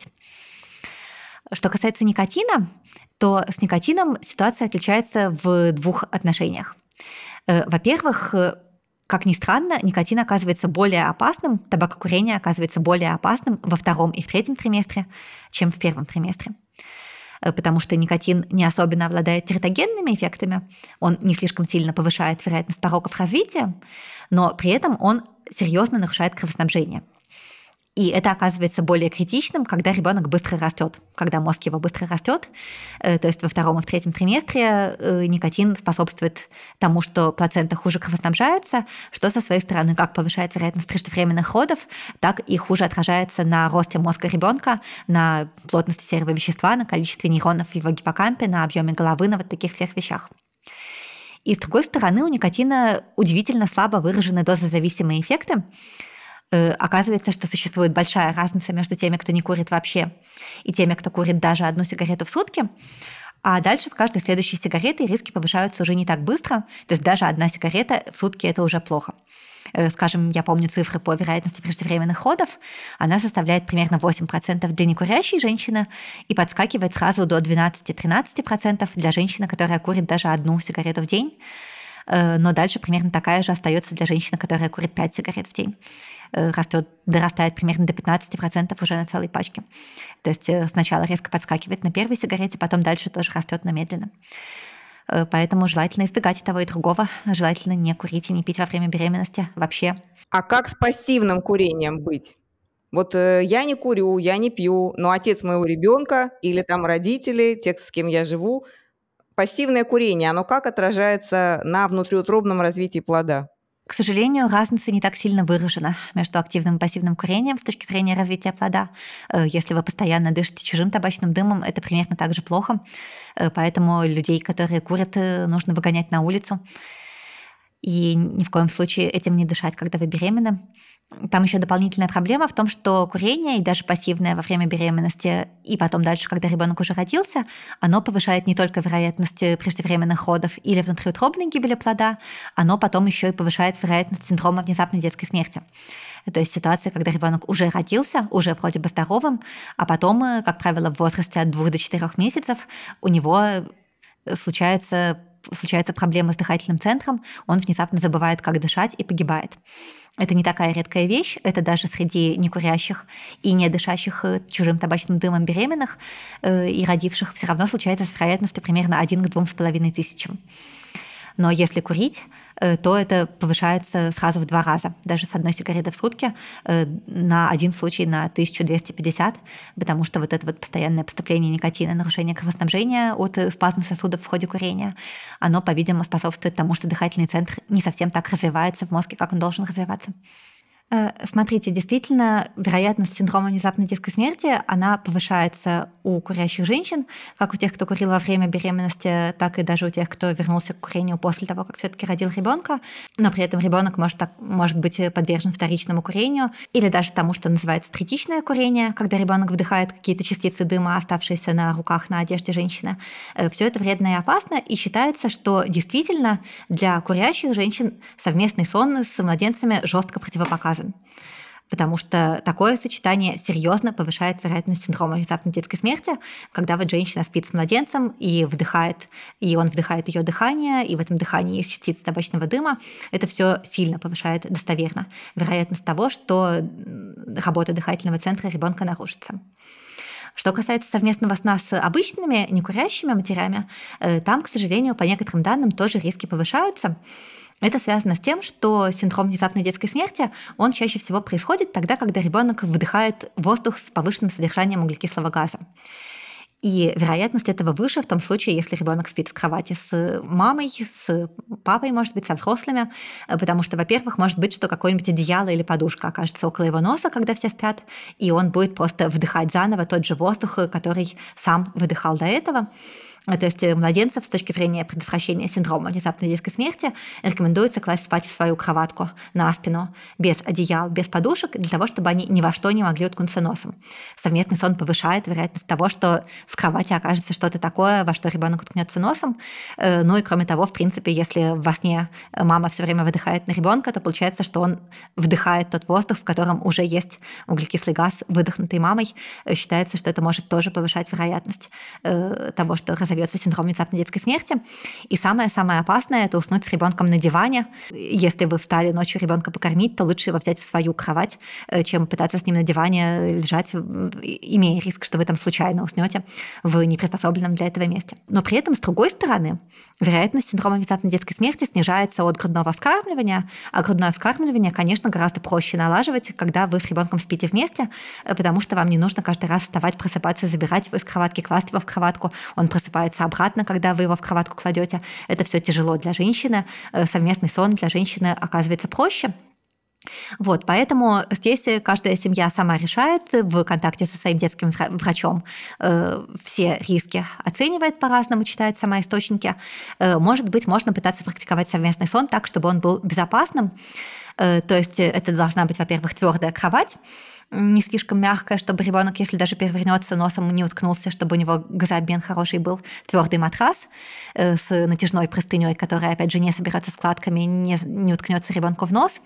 Что касается никотина, то с никотином ситуация отличается в 2 отношениях. Во-первых, как ни странно, никотин оказывается более опасным, табакокурение оказывается более опасным во втором и в третьем триместре, чем в первом триместре. Потому что никотин не особенно обладает тератогенными эффектами, он не слишком сильно повышает вероятность пороков развития, но при этом он серьезно нарушает кровоснабжение. И это оказывается более критичным, когда ребенок быстро растет, когда мозг его быстро растет. То есть во втором и в третьем триместре никотин способствует тому, что плацента хуже кровоснабжается, что со своей стороны как повышает вероятность преждевременных родов, так и хуже отражается на росте мозга ребенка, на плотности серого вещества, на количестве нейронов в его гиппокампе, на объеме головы, на вот таких всех вещах. И с другой стороны, у никотина удивительно слабо выражены дозозависимые эффекты. Оказывается, что существует большая разница между теми, кто не курит вообще, и теми, кто курит даже 1 сигарету в сутки. А дальше с каждой следующей сигаретой риски повышаются уже не так быстро. То есть даже 1 сигарета в сутки – это уже плохо. Скажем, я помню цифры по вероятности преждевременных родов. Она составляет примерно 8% для некурящей женщины и подскакивает сразу до 12-13% для женщины, которая курит даже 1 сигарету в день. Но дальше примерно такая же остается для женщины, которая курит 5 сигарет в день. Дорастает примерно до 15% уже на целой пачке. То есть сначала резко подскакивает на первой сигарете, потом дальше тоже растет, но медленно. Поэтому желательно избегать и того, и другого. Желательно не курить и не пить во время беременности вообще. А как с пассивным курением быть? Вот я не курю, я не пью, но отец моего ребенка или там родители, те, с кем я живу, пассивное курение, оно как отражается на внутриутробном развитии плода? К сожалению, разница не так сильно выражена между активным и пассивным курением с точки зрения развития плода. Если вы постоянно дышите чужим табачным дымом, это примерно так же плохо. Поэтому людей, которые курят, нужно выгонять на улицу. И ни в коем случае этим не дышать, когда вы беременны. Там еще дополнительная проблема в том, что курение, и даже пассивное во время беременности, и потом дальше, когда ребенок уже родился, оно повышает не только вероятность преждевременных родов или внутриутробной гибели плода, оно потом еще и повышает вероятность синдрома внезапной детской смерти. То есть ситуация, когда ребенок уже родился, уже вроде бы здоровым, а потом, как правило, в возрасте от 2 до 4 месяцев у него случаются проблемы с дыхательным центром, он внезапно забывает, как дышать, и погибает. Это не такая редкая вещь, это даже среди некурящих и не дышащих чужим табачным дымом беременных и родивших все равно случается с вероятностью примерно 1 к 2,5 тысячам. Но если курить, то это повышается сразу в 2 раза, даже с 1 сигареты в сутки на один случай на 1250, потому что вот это вот постоянное поступление никотина, нарушение кровоснабжения от спазма сосудов в ходе курения, оно, по-видимому, способствует тому, что дыхательный центр не совсем так развивается в мозге, как он должен развиваться. Смотрите, действительно, вероятность синдрома внезапной детской смерти, она повышается у курящих женщин, как у тех, кто курил во время беременности, так и даже у тех, кто вернулся к курению после того, как все-таки родил ребенка. Но при этом ребенок может быть подвержен вторичному курению или даже тому, что называется третичное курение, когда ребенок вдыхает какие-то частицы дыма, оставшиеся на руках, на одежде женщины. Все это вредно и опасно, и считается, что действительно для курящих женщин совместный сон с младенцами жестко противопоказан. Потому что такое сочетание серьезно повышает вероятность синдрома внезапной детской смерти, когда вот женщина спит с младенцем и он вдыхает ее дыхание, и в этом дыхании есть частицы табачного дыма. Это все сильно повышает достоверно вероятность того, что работа дыхательного центра ребенка нарушится. Что касается совместного сна с обычными некурящими матерями, там, к сожалению, по некоторым данным тоже риски повышаются. Это связано с тем, что синдром внезапной детской смерти, он чаще всего происходит тогда, когда ребенок вдыхает воздух с повышенным содержанием углекислого газа. И вероятность этого выше в том случае, если ребенок спит в кровати с мамой, с папой, может быть, со взрослыми, потому что, во-первых, может быть, что какое-нибудь одеяло или подушка окажется около его носа, когда все спят, и он будет просто вдыхать заново тот же воздух, который сам выдыхал до этого. То есть младенцев с точки зрения предотвращения синдрома внезапной детской смерти рекомендуется класть спать в свою кроватку на спину, без одеял, без подушек, для того, чтобы они ни во что не могли уткнуться носом. Совместный сон повышает вероятность того, что в кровати окажется что-то такое, во что ребенок уткнется носом. Ну и кроме того, в принципе, если во сне мама все время выдыхает на ребенка, то получается, что он вдыхает тот воздух, в котором уже есть углекислый газ, выдохнутый мамой. Считается, что это может тоже повышать вероятность того, что разовьется синдром внезапной детской смерти. И самое-самое опасное – это уснуть с ребенком на диване. Если вы встали ночью ребенка покормить, то лучше его взять в свою кровать, чем пытаться с ним на диване лежать, имея риск, что вы там случайно уснете в неприспособленном для этого месте. Но при этом, с другой стороны, вероятность синдрома внезапной детской смерти снижается от грудного вскармливания, а грудное вскармливание, конечно, гораздо проще налаживать, когда вы с ребенком спите вместе, потому что вам не нужно каждый раз вставать, просыпаться, забирать его из кроватки, класть его в кроватку. Он просыпается обратно, когда вы его в кроватку кладете. Это все тяжело для женщины. Совместный сон для женщины оказывается проще. Вот, поэтому здесь каждая семья сама решает в контакте со своим детским врачом, все риски оценивает по-разному, читает сама источники. Может быть, можно пытаться практиковать совместный сон так, чтобы он был безопасным. То есть это должна быть, во-первых, твердая кровать, не слишком мягкая, чтобы ребенок, если даже перевернется носом, не уткнулся, чтобы у него газообмен хороший был, твердый матрас с натяжной простыней, которая, опять же, не соберется складками, не уткнется ребенку в нос.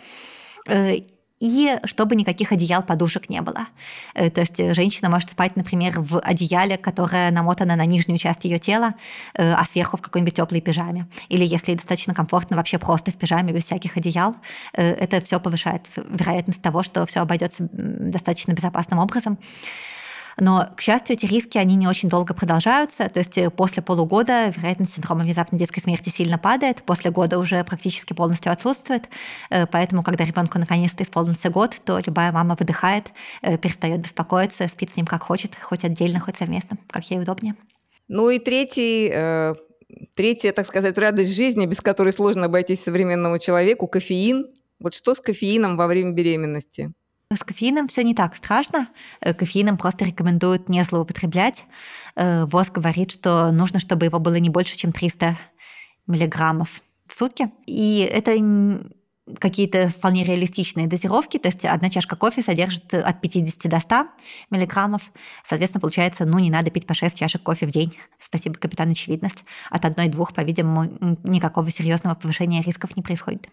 И чтобы никаких одеял, подушек не было. То есть женщина может спать, например, в одеяле, которое намотано на нижнюю часть ее тела, а сверху в какой-нибудь теплой пижаме. Или если достаточно комфортно, вообще просто в пижаме, без всяких одеял. Это все повышает вероятность того, что все обойдется достаточно безопасным образом. Но, к счастью, эти риски, они не очень долго продолжаются. То есть после полугода вероятность синдрома внезапной детской смерти сильно падает, после года уже практически полностью отсутствует. Поэтому, когда ребенку наконец-то исполнился год, то любая мама выдыхает, перестает беспокоиться, спит с ним как хочет, хоть отдельно, хоть совместно, как ей удобнее. Ну и третий Третья, так сказать, радость жизни, без которой сложно обойтись современному человеку – кофеин. Вот что с кофеином во время беременности? С кофеином все не так страшно. Кофеином просто рекомендуют не злоупотреблять. ВОЗ говорит, что нужно, чтобы его было не больше, чем 300 миллиграммов в сутки. И это какие-то вполне реалистичные дозировки, то есть одна чашка кофе содержит от 50 до 100 миллиграммов. Соответственно, получается, не надо пить по 6 чашек кофе в день. Спасибо, капитан Очевидность. От 1-2, по-видимому, никакого серьезного повышения рисков не происходит.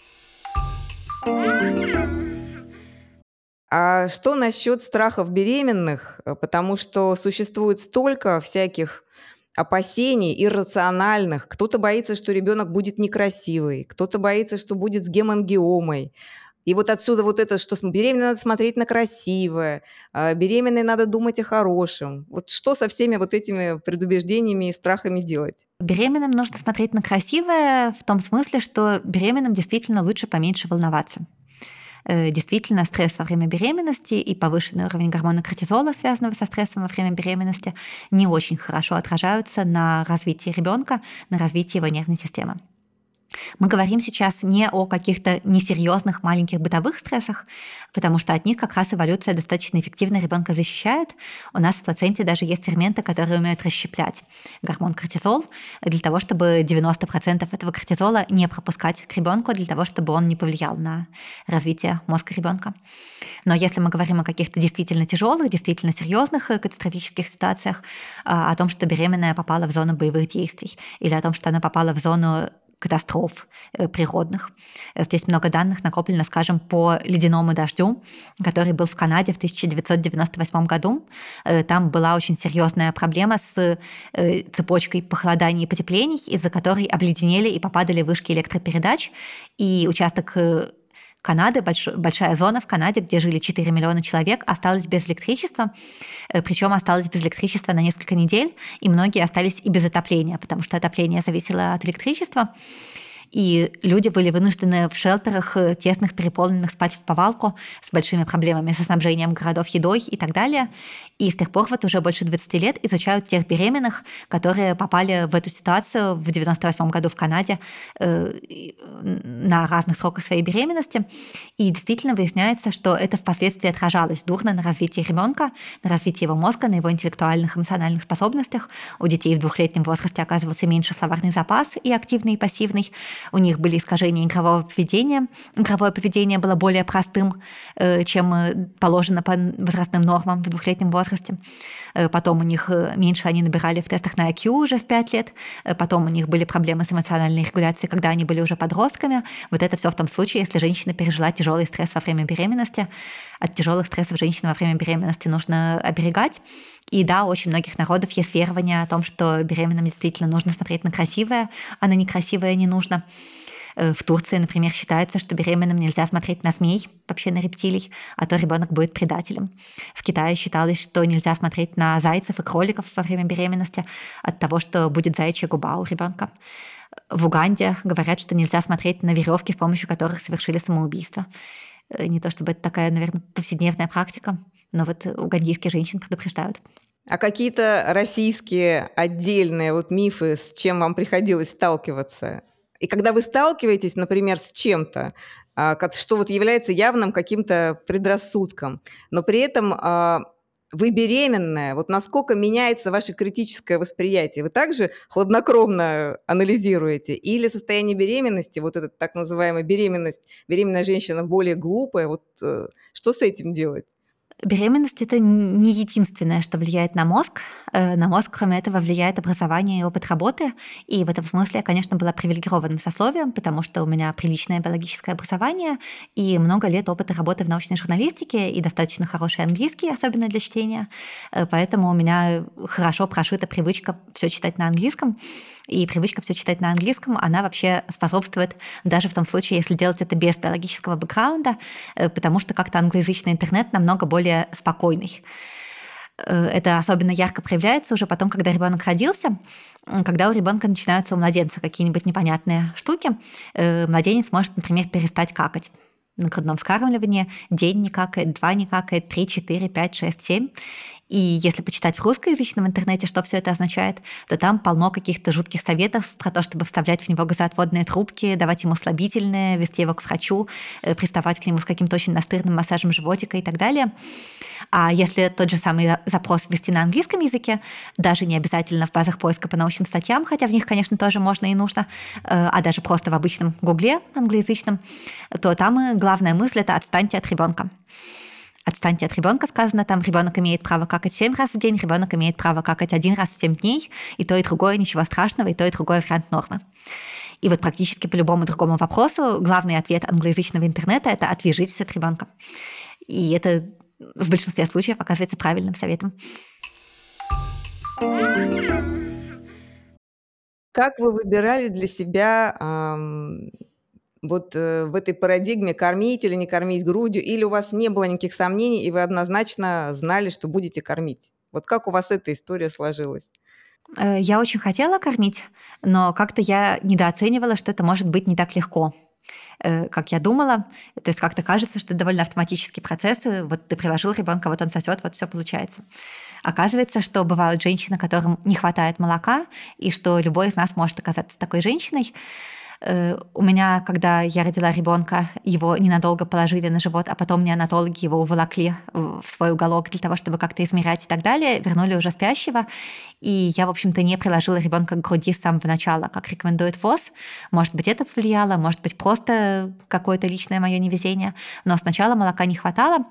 А что насчет страхов беременных? Потому что существует столько всяких опасений иррациональных. Кто-то боится, что ребенок будет некрасивый, кто-то боится, что будет с гемангиомой. И вот отсюда вот это, что беременной надо смотреть на красивое, беременной надо думать о хорошем. Вот что со всеми вот этими предубеждениями и страхами делать? Беременным нужно смотреть на красивое в том смысле, что беременным действительно лучше поменьше волноваться. Действительно, стресс во время беременности и повышенный уровень гормона кортизола, связанного со стрессом во время беременности, не очень хорошо отражаются на развитии ребенка, на развитии его нервной системы. Мы говорим сейчас не о каких-то несерьезных маленьких бытовых стрессах, потому что от них как раз эволюция достаточно эффективно ребенка защищает. У нас в плаценте даже есть ферменты, которые умеют расщеплять гормон кортизол для того, чтобы 90% этого кортизола не пропускать к ребенку, для того, чтобы он не повлиял на развитие мозга ребенка. Но если мы говорим о каких-то действительно тяжелых, действительно серьезных катастрофических ситуациях, о том, что беременная попала в зону боевых действий, или о том, что она попала в зону катастроф природных. Здесь много данных накоплено, скажем, по ледяному дождю, который был в Канаде в 1998 году. Там была очень серьезная проблема с цепочкой похолоданий и потеплений, из-за которой обледенели и попадали вышки электропередач, и участок Канады, большая зона в Канаде, где жили 4 миллиона человек, осталась без электричества, причем осталась без электричества на несколько недель, и многие остались и без отопления, потому что отопление зависело от электричества. И люди были вынуждены в шелтерах тесных, переполненных, спать в повалку с большими проблемами со снабжением городов едой и так далее. И с тех пор вот уже больше 20 лет изучают тех беременных, которые попали в эту ситуацию в 1998 году в Канаде на разных сроках своей беременности. И действительно выясняется, что это впоследствии отражалось дурно на развитии ребенка, на развитии его мозга, на его интеллектуальных, эмоциональных способностях. У детей в 2-летнем возрасте оказывался меньше словарный запас и активный, и пассивный. У них были искажения игрового поведения. Игровое поведение было более простым, чем положено по возрастным нормам в 2-летнем возрасте. Потом у них меньше они набирали в тестах на IQ уже в 5 лет. Потом у них были проблемы с эмоциональной регуляцией, когда они были уже подростками. Вот это все в том случае, если женщина пережила тяжелый стресс во время беременности. От тяжелых стрессов женщин во время беременности нужно оберегать. И да, у очень многих народов есть верование о том, что беременным действительно нужно смотреть на красивое, а на некрасивое не нужно. В Турции, например, считается, что беременным нельзя смотреть на змей, вообще на рептилий, а то ребенок будет предателем. В Китае считалось, что нельзя смотреть на зайцев и кроликов во время беременности от того, что будет заячья губа у ребенка. В Уганде говорят, что нельзя смотреть на веревки, с помощью которых совершили самоубийство. Не то чтобы это такая, наверное, повседневная практика, но вот угандийские женщины предупреждают. А какие-то российские отдельные мифы, с чем вам приходилось сталкиваться? И когда вы сталкиваетесь, например, с чем-то, что является явным каким-то предрассудком, но при этом вы беременная, насколько меняется ваше критическое восприятие? Вы также хладнокровно анализируете? Или состояние беременности, эта так называемая беременность, беременная женщина более глупая, что с этим делать? Беременность – это не единственное, что влияет на мозг. На мозг, кроме этого, влияет образование и опыт работы. И в этом смысле я, конечно, была привилегированным сословием, потому что у меня приличное биологическое образование и много лет опыта работы в научной журналистике и достаточно хороший английский, особенно для чтения. Поэтому у меня хорошо прошита привычка все читать на английском. И привычка все читать на английском, она вообще способствует даже в том случае, если делать это без биологического бэкграунда, потому что как-то англоязычный интернет намного более спокойный. Это особенно ярко проявляется уже потом, когда ребенок родился, когда у ребенка начинаются у младенца какие-нибудь непонятные штуки. Младенец может, например, перестать какать на грудном вскармливании. День не какает, 2 не какает, 3, 4, 5, 6, 7. И если почитать в русскоязычном интернете, что все это означает, то там полно каких-то жутких советов про то, чтобы вставлять в него газоотводные трубки, давать ему слабительные, вести его к врачу, приставать к нему с каким-то очень настырным массажем животика и так далее. А если тот же самый запрос ввести на английском языке, даже не обязательно в базах поиска по научным статьям, хотя в них, конечно, тоже можно и нужно, а даже просто в обычном гугле англоязычном, то там главная мысль — это «отстаньте от ребенка». Отстаньте от ребенка, сказано там, ребенок имеет право какать 7 раз в день, ребенок имеет право какать 1 раз в 7 дней, и то, и другое ничего страшного, и то, и другое вариант нормы. И вот практически по любому другому вопросу главный ответ англоязычного интернета — это «отвяжитесь от ребенка». И это в большинстве случаев оказывается правильным советом. Как вы выбирали для себя в этой парадигме кормить или не кормить грудью, или у вас не было никаких сомнений, и вы однозначно знали, что будете кормить? Вот как у вас эта история сложилась? Я очень хотела кормить, но как-то я недооценивала, что это может быть не так легко, как я думала. То есть как-то кажется, что это довольно автоматический процесс. Вот ты приложил ребенка, вот он сосет, вот все получается. Оказывается, что бывают женщины, которым не хватает молока, и что любой из нас может оказаться такой женщиной. У меня, когда я родила ребенка, его ненадолго положили на живот, а потом неонатологи его уволокли в свой уголок для того, чтобы как-то измерять и так далее, вернули уже спящего. И я, в общем-то, не приложила ребенка к груди с самого начала, как рекомендует ВОЗ. Может быть, это повлияло, может быть, просто какое-то личное мое невезение. Но сначала молока не хватало.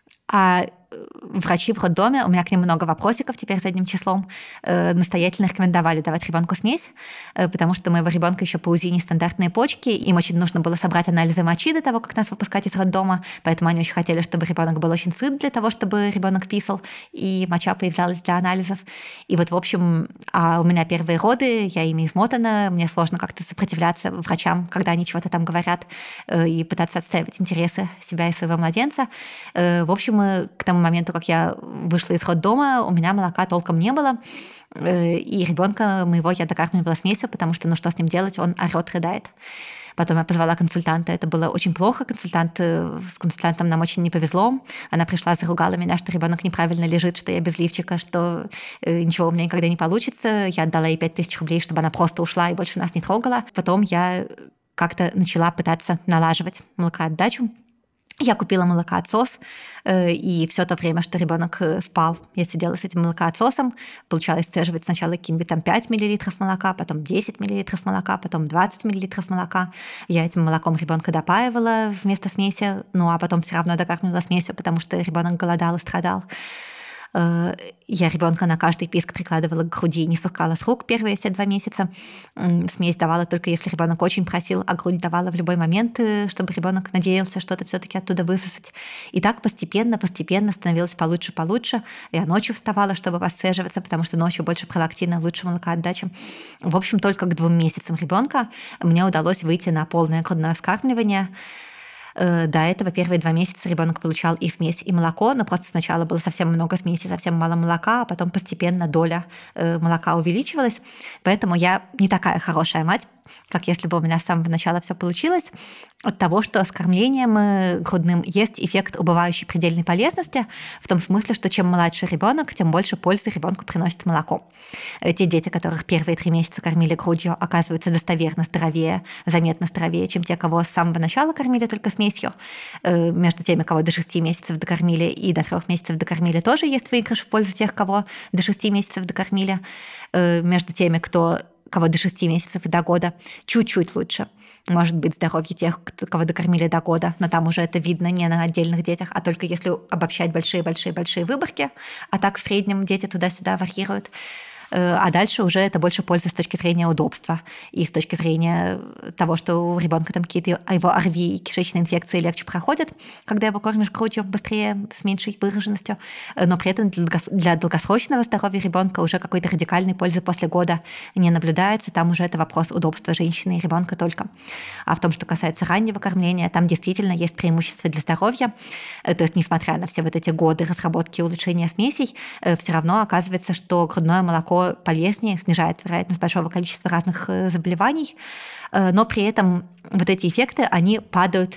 А врачи в роддоме, у меня к ним много вопросиков теперь задним числом, настоятельно рекомендовали давать ребенку смесь, потому что у моего ребенка еще по УЗИ нестандартные почки, им очень нужно было собрать анализы мочи до того, как нас выпускать из роддома, поэтому они очень хотели, чтобы ребенок был очень сыт для того, чтобы ребенок писал, и моча появлялась для анализов. И вот, в общем, у меня первые роды, я ими измотана, мне сложно как-то сопротивляться врачам, когда они чего-то там говорят, и пытаться отстаивать интересы себя и своего младенца. В общем, к тому моменту, как я вышла из роддома, у меня молока толком не было, и ребенка моего я докармливала смесью, потому что, что с ним делать, он орёт, рыдает. Потом я позвала консультанта, это было очень плохо, с консультантом нам очень не повезло, она пришла, заругала меня, что ребенок неправильно лежит, что я без лифчика, что ничего у меня никогда не получится, я отдала ей 5000 рублей, чтобы она просто ушла и больше нас не трогала. Потом я как-то начала пытаться налаживать молокоотдачу. Я купила молокоотсос, и все то время, что ребенок спал, я сидела с этим молокоотсосом, получалось сцеживать сначала какие-нибудь там 5 мл молока, потом 10 мл молока, потом 20 мл молока. Я этим молоком ребенка допаивала вместо смеси, а потом все равно докармливала смесью, потому что ребенок голодал и страдал. Я ребенка на каждый писк прикладывала к груди, не спускала с рук первые все 2 месяца. Смесь давала только если ребенок очень просил, а грудь давала в любой момент, чтобы ребенок надеялся что-то все-таки оттуда высосать. И так постепенно становилось получше. Я ночью вставала, чтобы посцеживаться, потому что ночью больше пролактина, лучше молокоотдача. В общем, только к 2 месяцам ребенка мне удалось выйти на полное грудное вскармливание. До этого первые 2 месяца ребенок получал и смесь, и молоко, но просто сначала было совсем много смеси, совсем мало молока, а потом постепенно доля молока увеличивалась. Поэтому я не такая хорошая мать, как если бы у меня с самого начала все получилось, от того, что с кормлением грудным есть эффект убывающей предельной полезности, в том смысле, что чем младше ребенок, тем больше пользы ребенку приносит молоко. Те дети, которых первые 3 месяца кормили грудью, оказываются достоверно здоровее, заметно здоровее, чем те, кого с самого начала кормили только смесью. Между теми, кого до 6 месяцев докормили и до 3 месяцев докормили, тоже есть выигрыш в пользу тех, кого до 6 месяцев докормили. Между теми, кого до 6 месяцев и до года, чуть-чуть лучше. Может быть, здоровье тех, кого докормили до года, но там уже это видно не на отдельных детях, а только если обобщать большие-большие-большие выборки, а так в среднем дети туда-сюда варьируют. А дальше уже это больше пользы с точки зрения удобства и с точки зрения того, что у ребенка там какие-то его ОРВИ и кишечные инфекции легче проходят, когда его кормишь грудью быстрее, с меньшей выраженностью, но при этом для долгосрочного здоровья ребенка уже какой-то радикальной пользы после года не наблюдается, там уже это вопрос удобства женщины и ребенка только. А в том, что касается раннего кормления, там действительно есть преимущества для здоровья, то есть несмотря на все вот эти годы разработки и улучшения смесей, все равно оказывается, что грудное молоко полезнее, снижает вероятность большого количества разных заболеваний, но при этом вот эти эффекты, они падают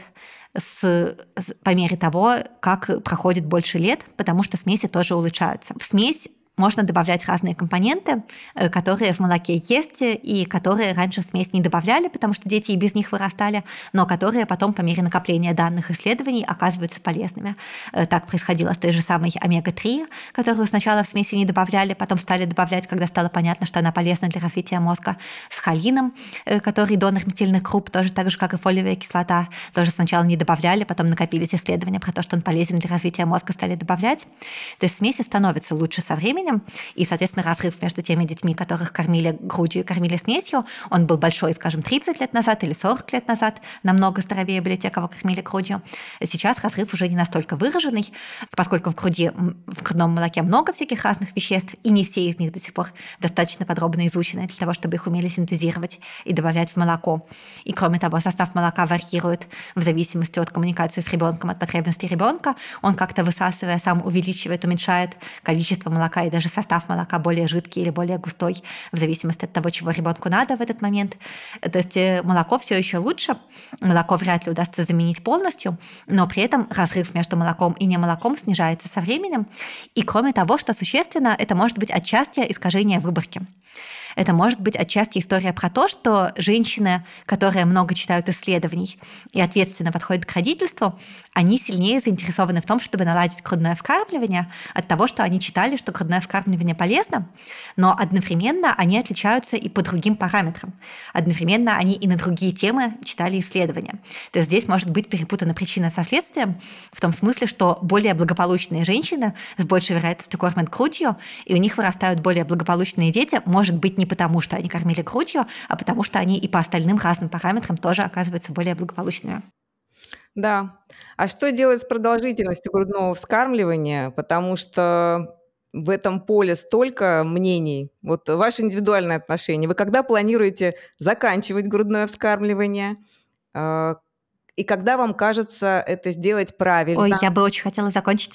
по мере того, как проходит больше лет, потому что смеси тоже улучшаются. В смесь можно добавлять разные компоненты, которые в молоке есть и которые раньше в смесь не добавляли, потому что дети и без них вырастали, но которые потом по мере накопления данных исследований оказываются полезными. Так происходило с той же самой омега-3, которую сначала в смеси не добавляли, потом стали добавлять, когда стало понятно, что она полезна для развития мозга, с холином, который донор метильных круп, тоже так же, как и фолиевая кислота, тоже сначала не добавляли, потом накопились исследования про то, что он полезен для развития мозга, стали добавлять. То есть смеси становятся лучше со временем, и, соответственно, разрыв между теми детьми, которых кормили грудью и кормили смесью, он был большой, скажем, 30 лет назад или 40 лет назад, намного здоровее были те, кого кормили грудью. Сейчас разрыв уже не настолько выраженный, поскольку в грудном молоке много всяких разных веществ, и не все из них до сих пор достаточно подробно изучены для того, чтобы их умели синтезировать и добавлять в молоко. И, кроме того, состав молока варьирует в зависимости от коммуникации с ребенком, от потребностей ребенка. Он как-то, высасывая, сам увеличивает, уменьшает количество молока и даже состав молока более жидкий или более густой, в зависимости от того, чего ребенку надо в этот момент. То есть молоко все еще лучше, молоко вряд ли удастся заменить полностью, но при этом разрыв между молоком и немолоком снижается со временем. И кроме того, что существенно, это может быть отчасти искажение выборки. Это может быть отчасти история про то, что женщины, которые много читают исследований и ответственно подходят к родительству, они сильнее заинтересованы в том, чтобы наладить грудное вскармливание от того, что они читали, что грудное вскармливание полезно, но одновременно они отличаются и по другим параметрам. Одновременно они и на другие темы читали исследования. То есть здесь может быть перепутана причина со следствием в том смысле, что более благополучные женщины с большей вероятностью кормят грудью, и у них вырастают более благополучные дети, может быть, не потому, что они кормили грудью, а потому, что они и по остальным разным параметрам тоже оказываются более благополучными. Да. А что делать с продолжительностью грудного вскармливания? Потому что в этом поле столько мнений. Вот ваше индивидуальное отношение. Вы когда планируете заканчивать грудное вскармливание? И когда вам кажется это сделать правильно? Ой, я бы очень хотела закончить.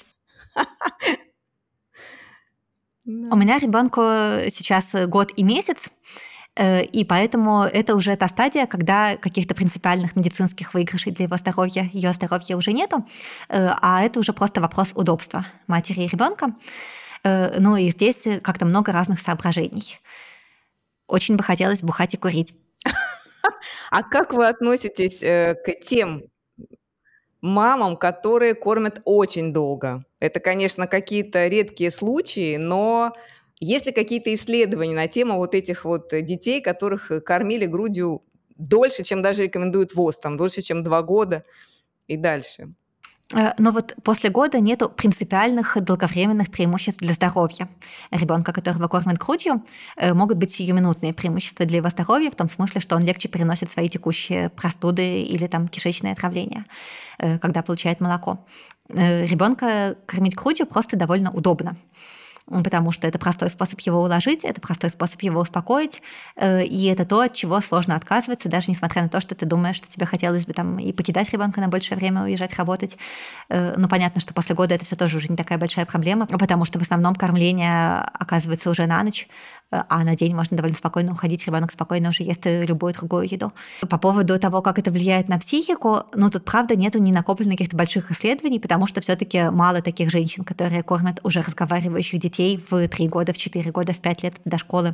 У меня ребенку сейчас год и месяц, и поэтому это уже та стадия, когда каких-то принципиальных медицинских выигрышей для его здоровья, ее здоровья уже нету, а это уже просто вопрос удобства матери и ребенка. Ну и здесь как-то много разных соображений. Очень бы хотелось бухать и курить. А как вы относитесь к тем мамам, которые кормят очень долго? Это, конечно, какие-то редкие случаи, но есть ли какие-то исследования на тему вот этих вот детей, которых кормили грудью дольше, чем даже рекомендует ВОЗ, там, дольше, чем 2 года и дальше? Но вот после года нету принципиальных долговременных преимуществ для здоровья ребенка, которого кормят грудью. Могут быть сиюминутные преимущества для его здоровья, в том смысле, что он легче переносит свои текущие простуды или там кишечное отравление, когда получает молоко. Ребенка кормить грудью просто довольно удобно, потому что это простой способ его уложить, это простой способ его успокоить, и это то, от чего сложно отказываться, даже несмотря на то, что ты думаешь, что тебе хотелось бы там и покидать ребенка на большее время, уезжать работать. Но понятно, что после года это все тоже уже не такая большая проблема, потому что в основном кормление оказывается уже на ночь, а на день можно довольно спокойно уходить, ребенок спокойно уже ест любую другую еду. По поводу того, как это влияет на психику, ну тут правда нету ни накоплено каких-то больших исследований, потому что все-таки мало таких женщин, которые кормят уже разговаривающих детей в 3 года, в 4 года, в 5 лет до школы.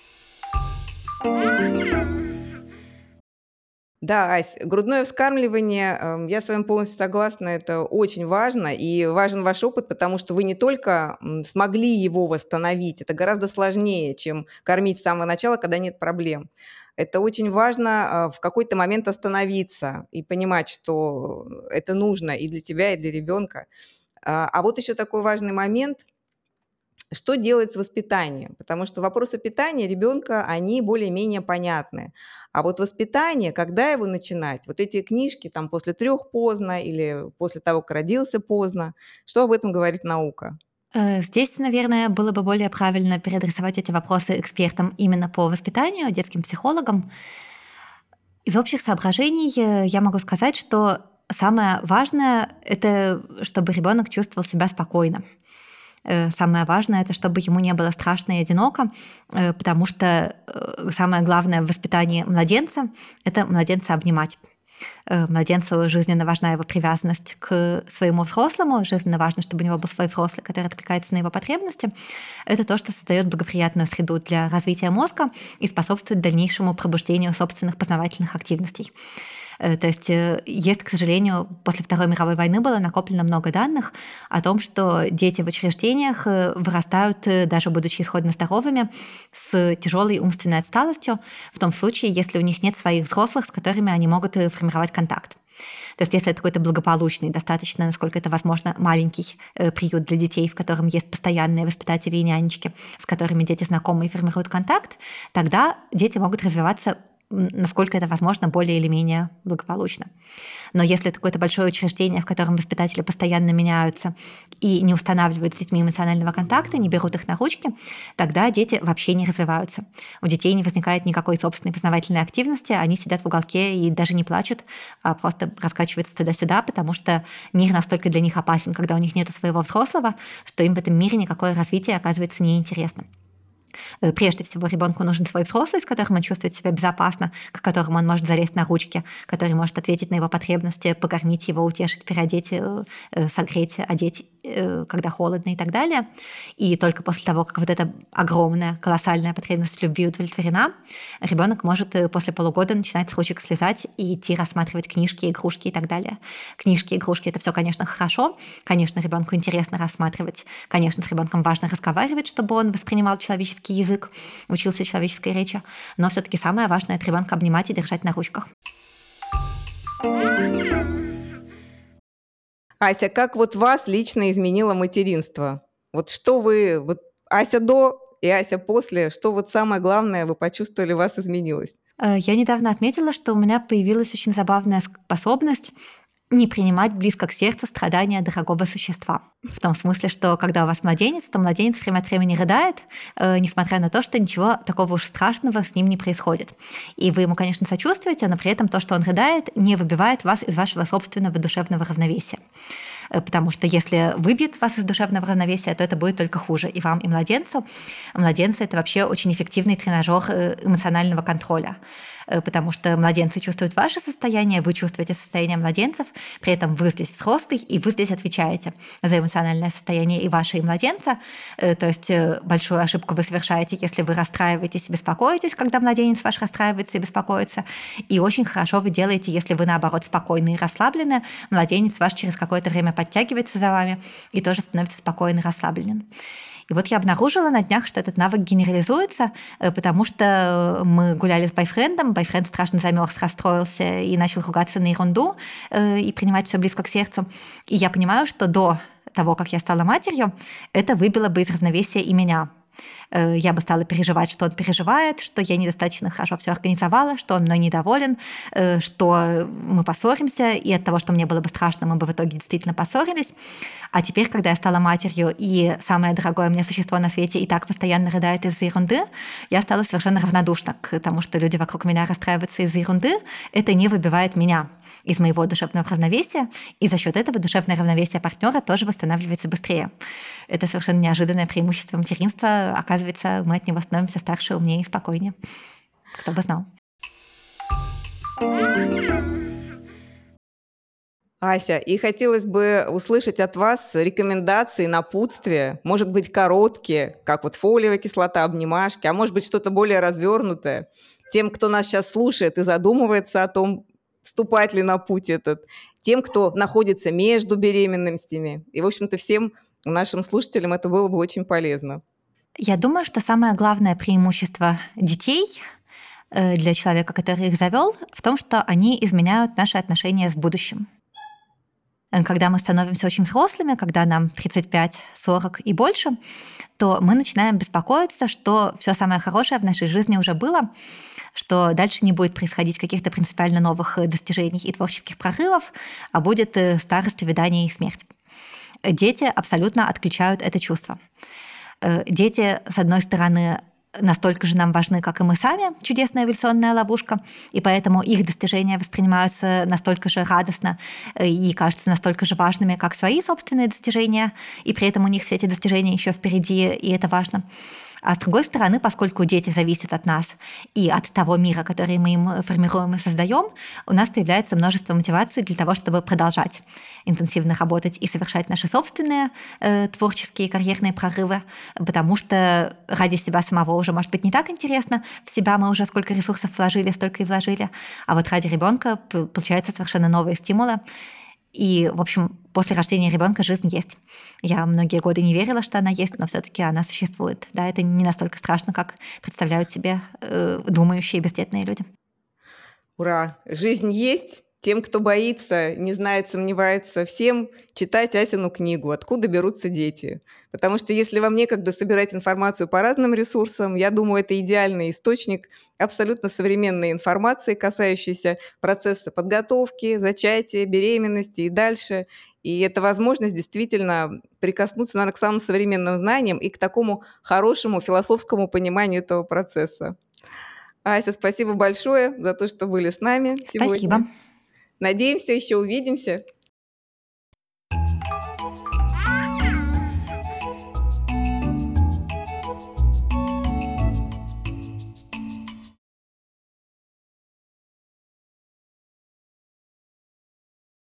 Да, Ась, грудное вскармливание, я с вами полностью согласна, это очень важно, и важен ваш опыт, потому что вы не только смогли его восстановить, это гораздо сложнее, чем кормить с самого начала, когда нет проблем. Это очень важно в какой-то момент остановиться и понимать, что это нужно и для тебя, и для ребенка. А вот еще такой важный момент – что делать с воспитанием? Потому что вопросы питания ребенка, они более-менее понятны. А вот воспитание, когда его начинать? Вот эти книжки там после 3 поздно или после того, как родился поздно. Что об этом говорит наука? Здесь, наверное, было бы более правильно переадресовать эти вопросы экспертам именно по воспитанию, детским психологам. Из общих соображений я могу сказать, что самое важное – это чтобы ребенок чувствовал себя спокойно. Самое важное – это чтобы ему не было страшно и одиноко, потому что самое главное в воспитании младенца – это младенца обнимать. Младенцу жизненно важна его привязанность к своему взрослому, жизненно важно, чтобы у него был свой взрослый, который откликается на его потребности. Это то, что создает благоприятную среду для развития мозга и способствует дальнейшему пробуждению собственных познавательных активностей. То есть есть, к сожалению, после Второй мировой войны было накоплено много данных о том, что дети в учреждениях вырастают, даже будучи исходно здоровыми, с тяжелой умственной отсталостью, в том случае, если у них нет своих взрослых, с которыми они могут формировать контакт. То есть если это какой-то благополучный, достаточно, насколько это возможно, маленький приют для детей, в котором есть постоянные воспитатели и нянечки, с которыми дети знакомы и формируют контакт, тогда дети могут развиваться, насколько это возможно, более или менее благополучно. Но если это какое-то большое учреждение, в котором воспитатели постоянно меняются и не устанавливают с детьми эмоционального контакта, не берут их на ручки, тогда дети вообще не развиваются. У детей не возникает никакой собственной познавательной активности, они сидят в уголке и даже не плачут, а просто раскачиваются туда-сюда, потому что мир настолько для них опасен, когда у них нет своего взрослого, что им в этом мире никакое развитие оказывается неинтересным. Прежде всего, ребенку нужен свой взрослый, с которым он чувствует себя безопасно, к которому он может залезть на ручки, который может ответить на его потребности, покормить его, утешить, переодеть, согреть, одеть, когда холодно и так далее. И только после того, как вот эта огромная, колоссальная потребность в любви удовлетворена, ребенок может после полугода начинать с ручек слезать и идти рассматривать книжки, игрушки и так далее. Книжки, игрушки — это все, конечно, хорошо. Конечно, ребенку интересно рассматривать. Конечно, с ребенком важно разговаривать, чтобы он воспринимал человеческий язык, учился человеческой речи. Но все-таки самое важное — это ребенка обнимать и держать на ручках. Ася, как вот вас лично изменило материнство? Вот что вы, Ася до и Ася после, что вот самое главное вы почувствовали, вас изменилось? Я недавно отметила, что у меня появилась очень забавная способность не принимать близко к сердцу страдания дорогого существа. В том смысле, что когда у вас младенец, то младенец время от времени рыдает, несмотря на то, что ничего такого уж страшного с ним не происходит. И вы ему, конечно, сочувствуете, но при этом то, что он рыдает, не выбивает вас из вашего собственного душевного равновесия. Потому что если выбьет вас из душевного равновесия, то это будет только хуже и вам, и младенцу. Младенцы — это вообще очень эффективный тренажер эмоционального контроля, потому что младенцы чувствуют ваше состояние, вы чувствуете состояние младенцев, при этом вы здесь взрослый, и вы здесь отвечаете за эмоциональное состояние и ваше, и младенца. То есть большую ошибку вы совершаете, если вы расстраиваетесь и беспокоитесь, когда младенец ваш расстраивается и беспокоится. И очень хорошо вы делаете, если вы, наоборот, спокойны и расслаблены, младенец ваш через какое-то время подтягивается за вами и тоже становится спокойным и расслабленным. И вот я обнаружила на днях, что этот навык генерализуется, потому что мы гуляли с бойфрендом, бойфренд страшно замерз, расстроился и начал ругаться на ерунду и принимать все близко к сердцу. И я понимаю, что до того, как я стала матерью, это выбило бы из равновесия и меня. Я бы стала переживать, что он переживает, что я недостаточно хорошо все организовала, что он мной недоволен, что мы поссоримся, и от того, что мне было бы страшно, мы бы в итоге действительно поссорились. А теперь, когда я стала матерью, и самое дорогое мне существо на свете и так постоянно рыдает из-за ерунды, я стала совершенно равнодушна к тому, что люди вокруг меня расстраиваются из-за ерунды. Это не выбивает меня из моего душевного равновесия, и за счет этого душевное равновесие партнера тоже восстанавливается быстрее. Это совершенно неожиданное преимущество материнства. Оказывается, мы от него становимся старше, умнее и спокойнее. Кто бы знал. Ася, и хотелось бы услышать от вас рекомендации, напутствия, может быть, короткие, как вот фолиевая кислота, обнимашки, а может быть, что-то более развернутое. Тем, кто нас сейчас слушает и задумывается о том, вступать ли на путь этот, тем, кто находится между беременностями. И, в общем-то, всем нашим слушателям это было бы очень полезно. Я думаю, что самое главное преимущество детей для человека, который их завел, в том, что они изменяют наши отношения с будущим. Когда мы становимся очень взрослыми, когда нам 35, 40 и больше, то мы начинаем беспокоиться, что все самое хорошее в нашей жизни уже было, что дальше не будет происходить каких-то принципиально новых достижений и творческих прорывов, а будет старость, увядание и смерть. Дети абсолютно отключают это чувство. Дети, с одной стороны, настолько же нам важны, как и мы сами, чудесная эволюционная ловушка, и поэтому их достижения воспринимаются настолько же радостно и кажутся настолько же важными, как свои собственные достижения, и при этом у них все эти достижения еще впереди, и это важно. А с другой стороны, поскольку дети зависят от нас и от того мира, который мы им формируем и создаем, у нас появляется множество мотиваций для того, чтобы продолжать интенсивно работать и совершать наши собственные творческие карьерные прорывы, потому что ради себя самого уже, может быть, не так интересно. В себя мы уже сколько ресурсов вложили, столько и вложили. А вот ради ребенка получаются совершенно новые стимулы. И, в общем, после рождения ребенка жизнь есть. Я многие годы не верила, что она есть, но все-таки она существует. Да, это не настолько страшно, как представляют себе думающие бездетные люди. Ура! Жизнь есть. Тем, кто боится, не знает, сомневается, всем читать Асину книгу «Откуда берутся дети». Потому что если вам некогда собирать информацию по разным ресурсам, я думаю, это идеальный источник абсолютно современной информации, касающейся процесса подготовки, зачатия, беременности и дальше. И это возможность действительно прикоснуться, наверное, к самым современным знаниям и к такому хорошему философскому пониманию этого процесса. Ася, спасибо большое за то, что были с нами сегодня. Спасибо. Надеемся, еще увидимся.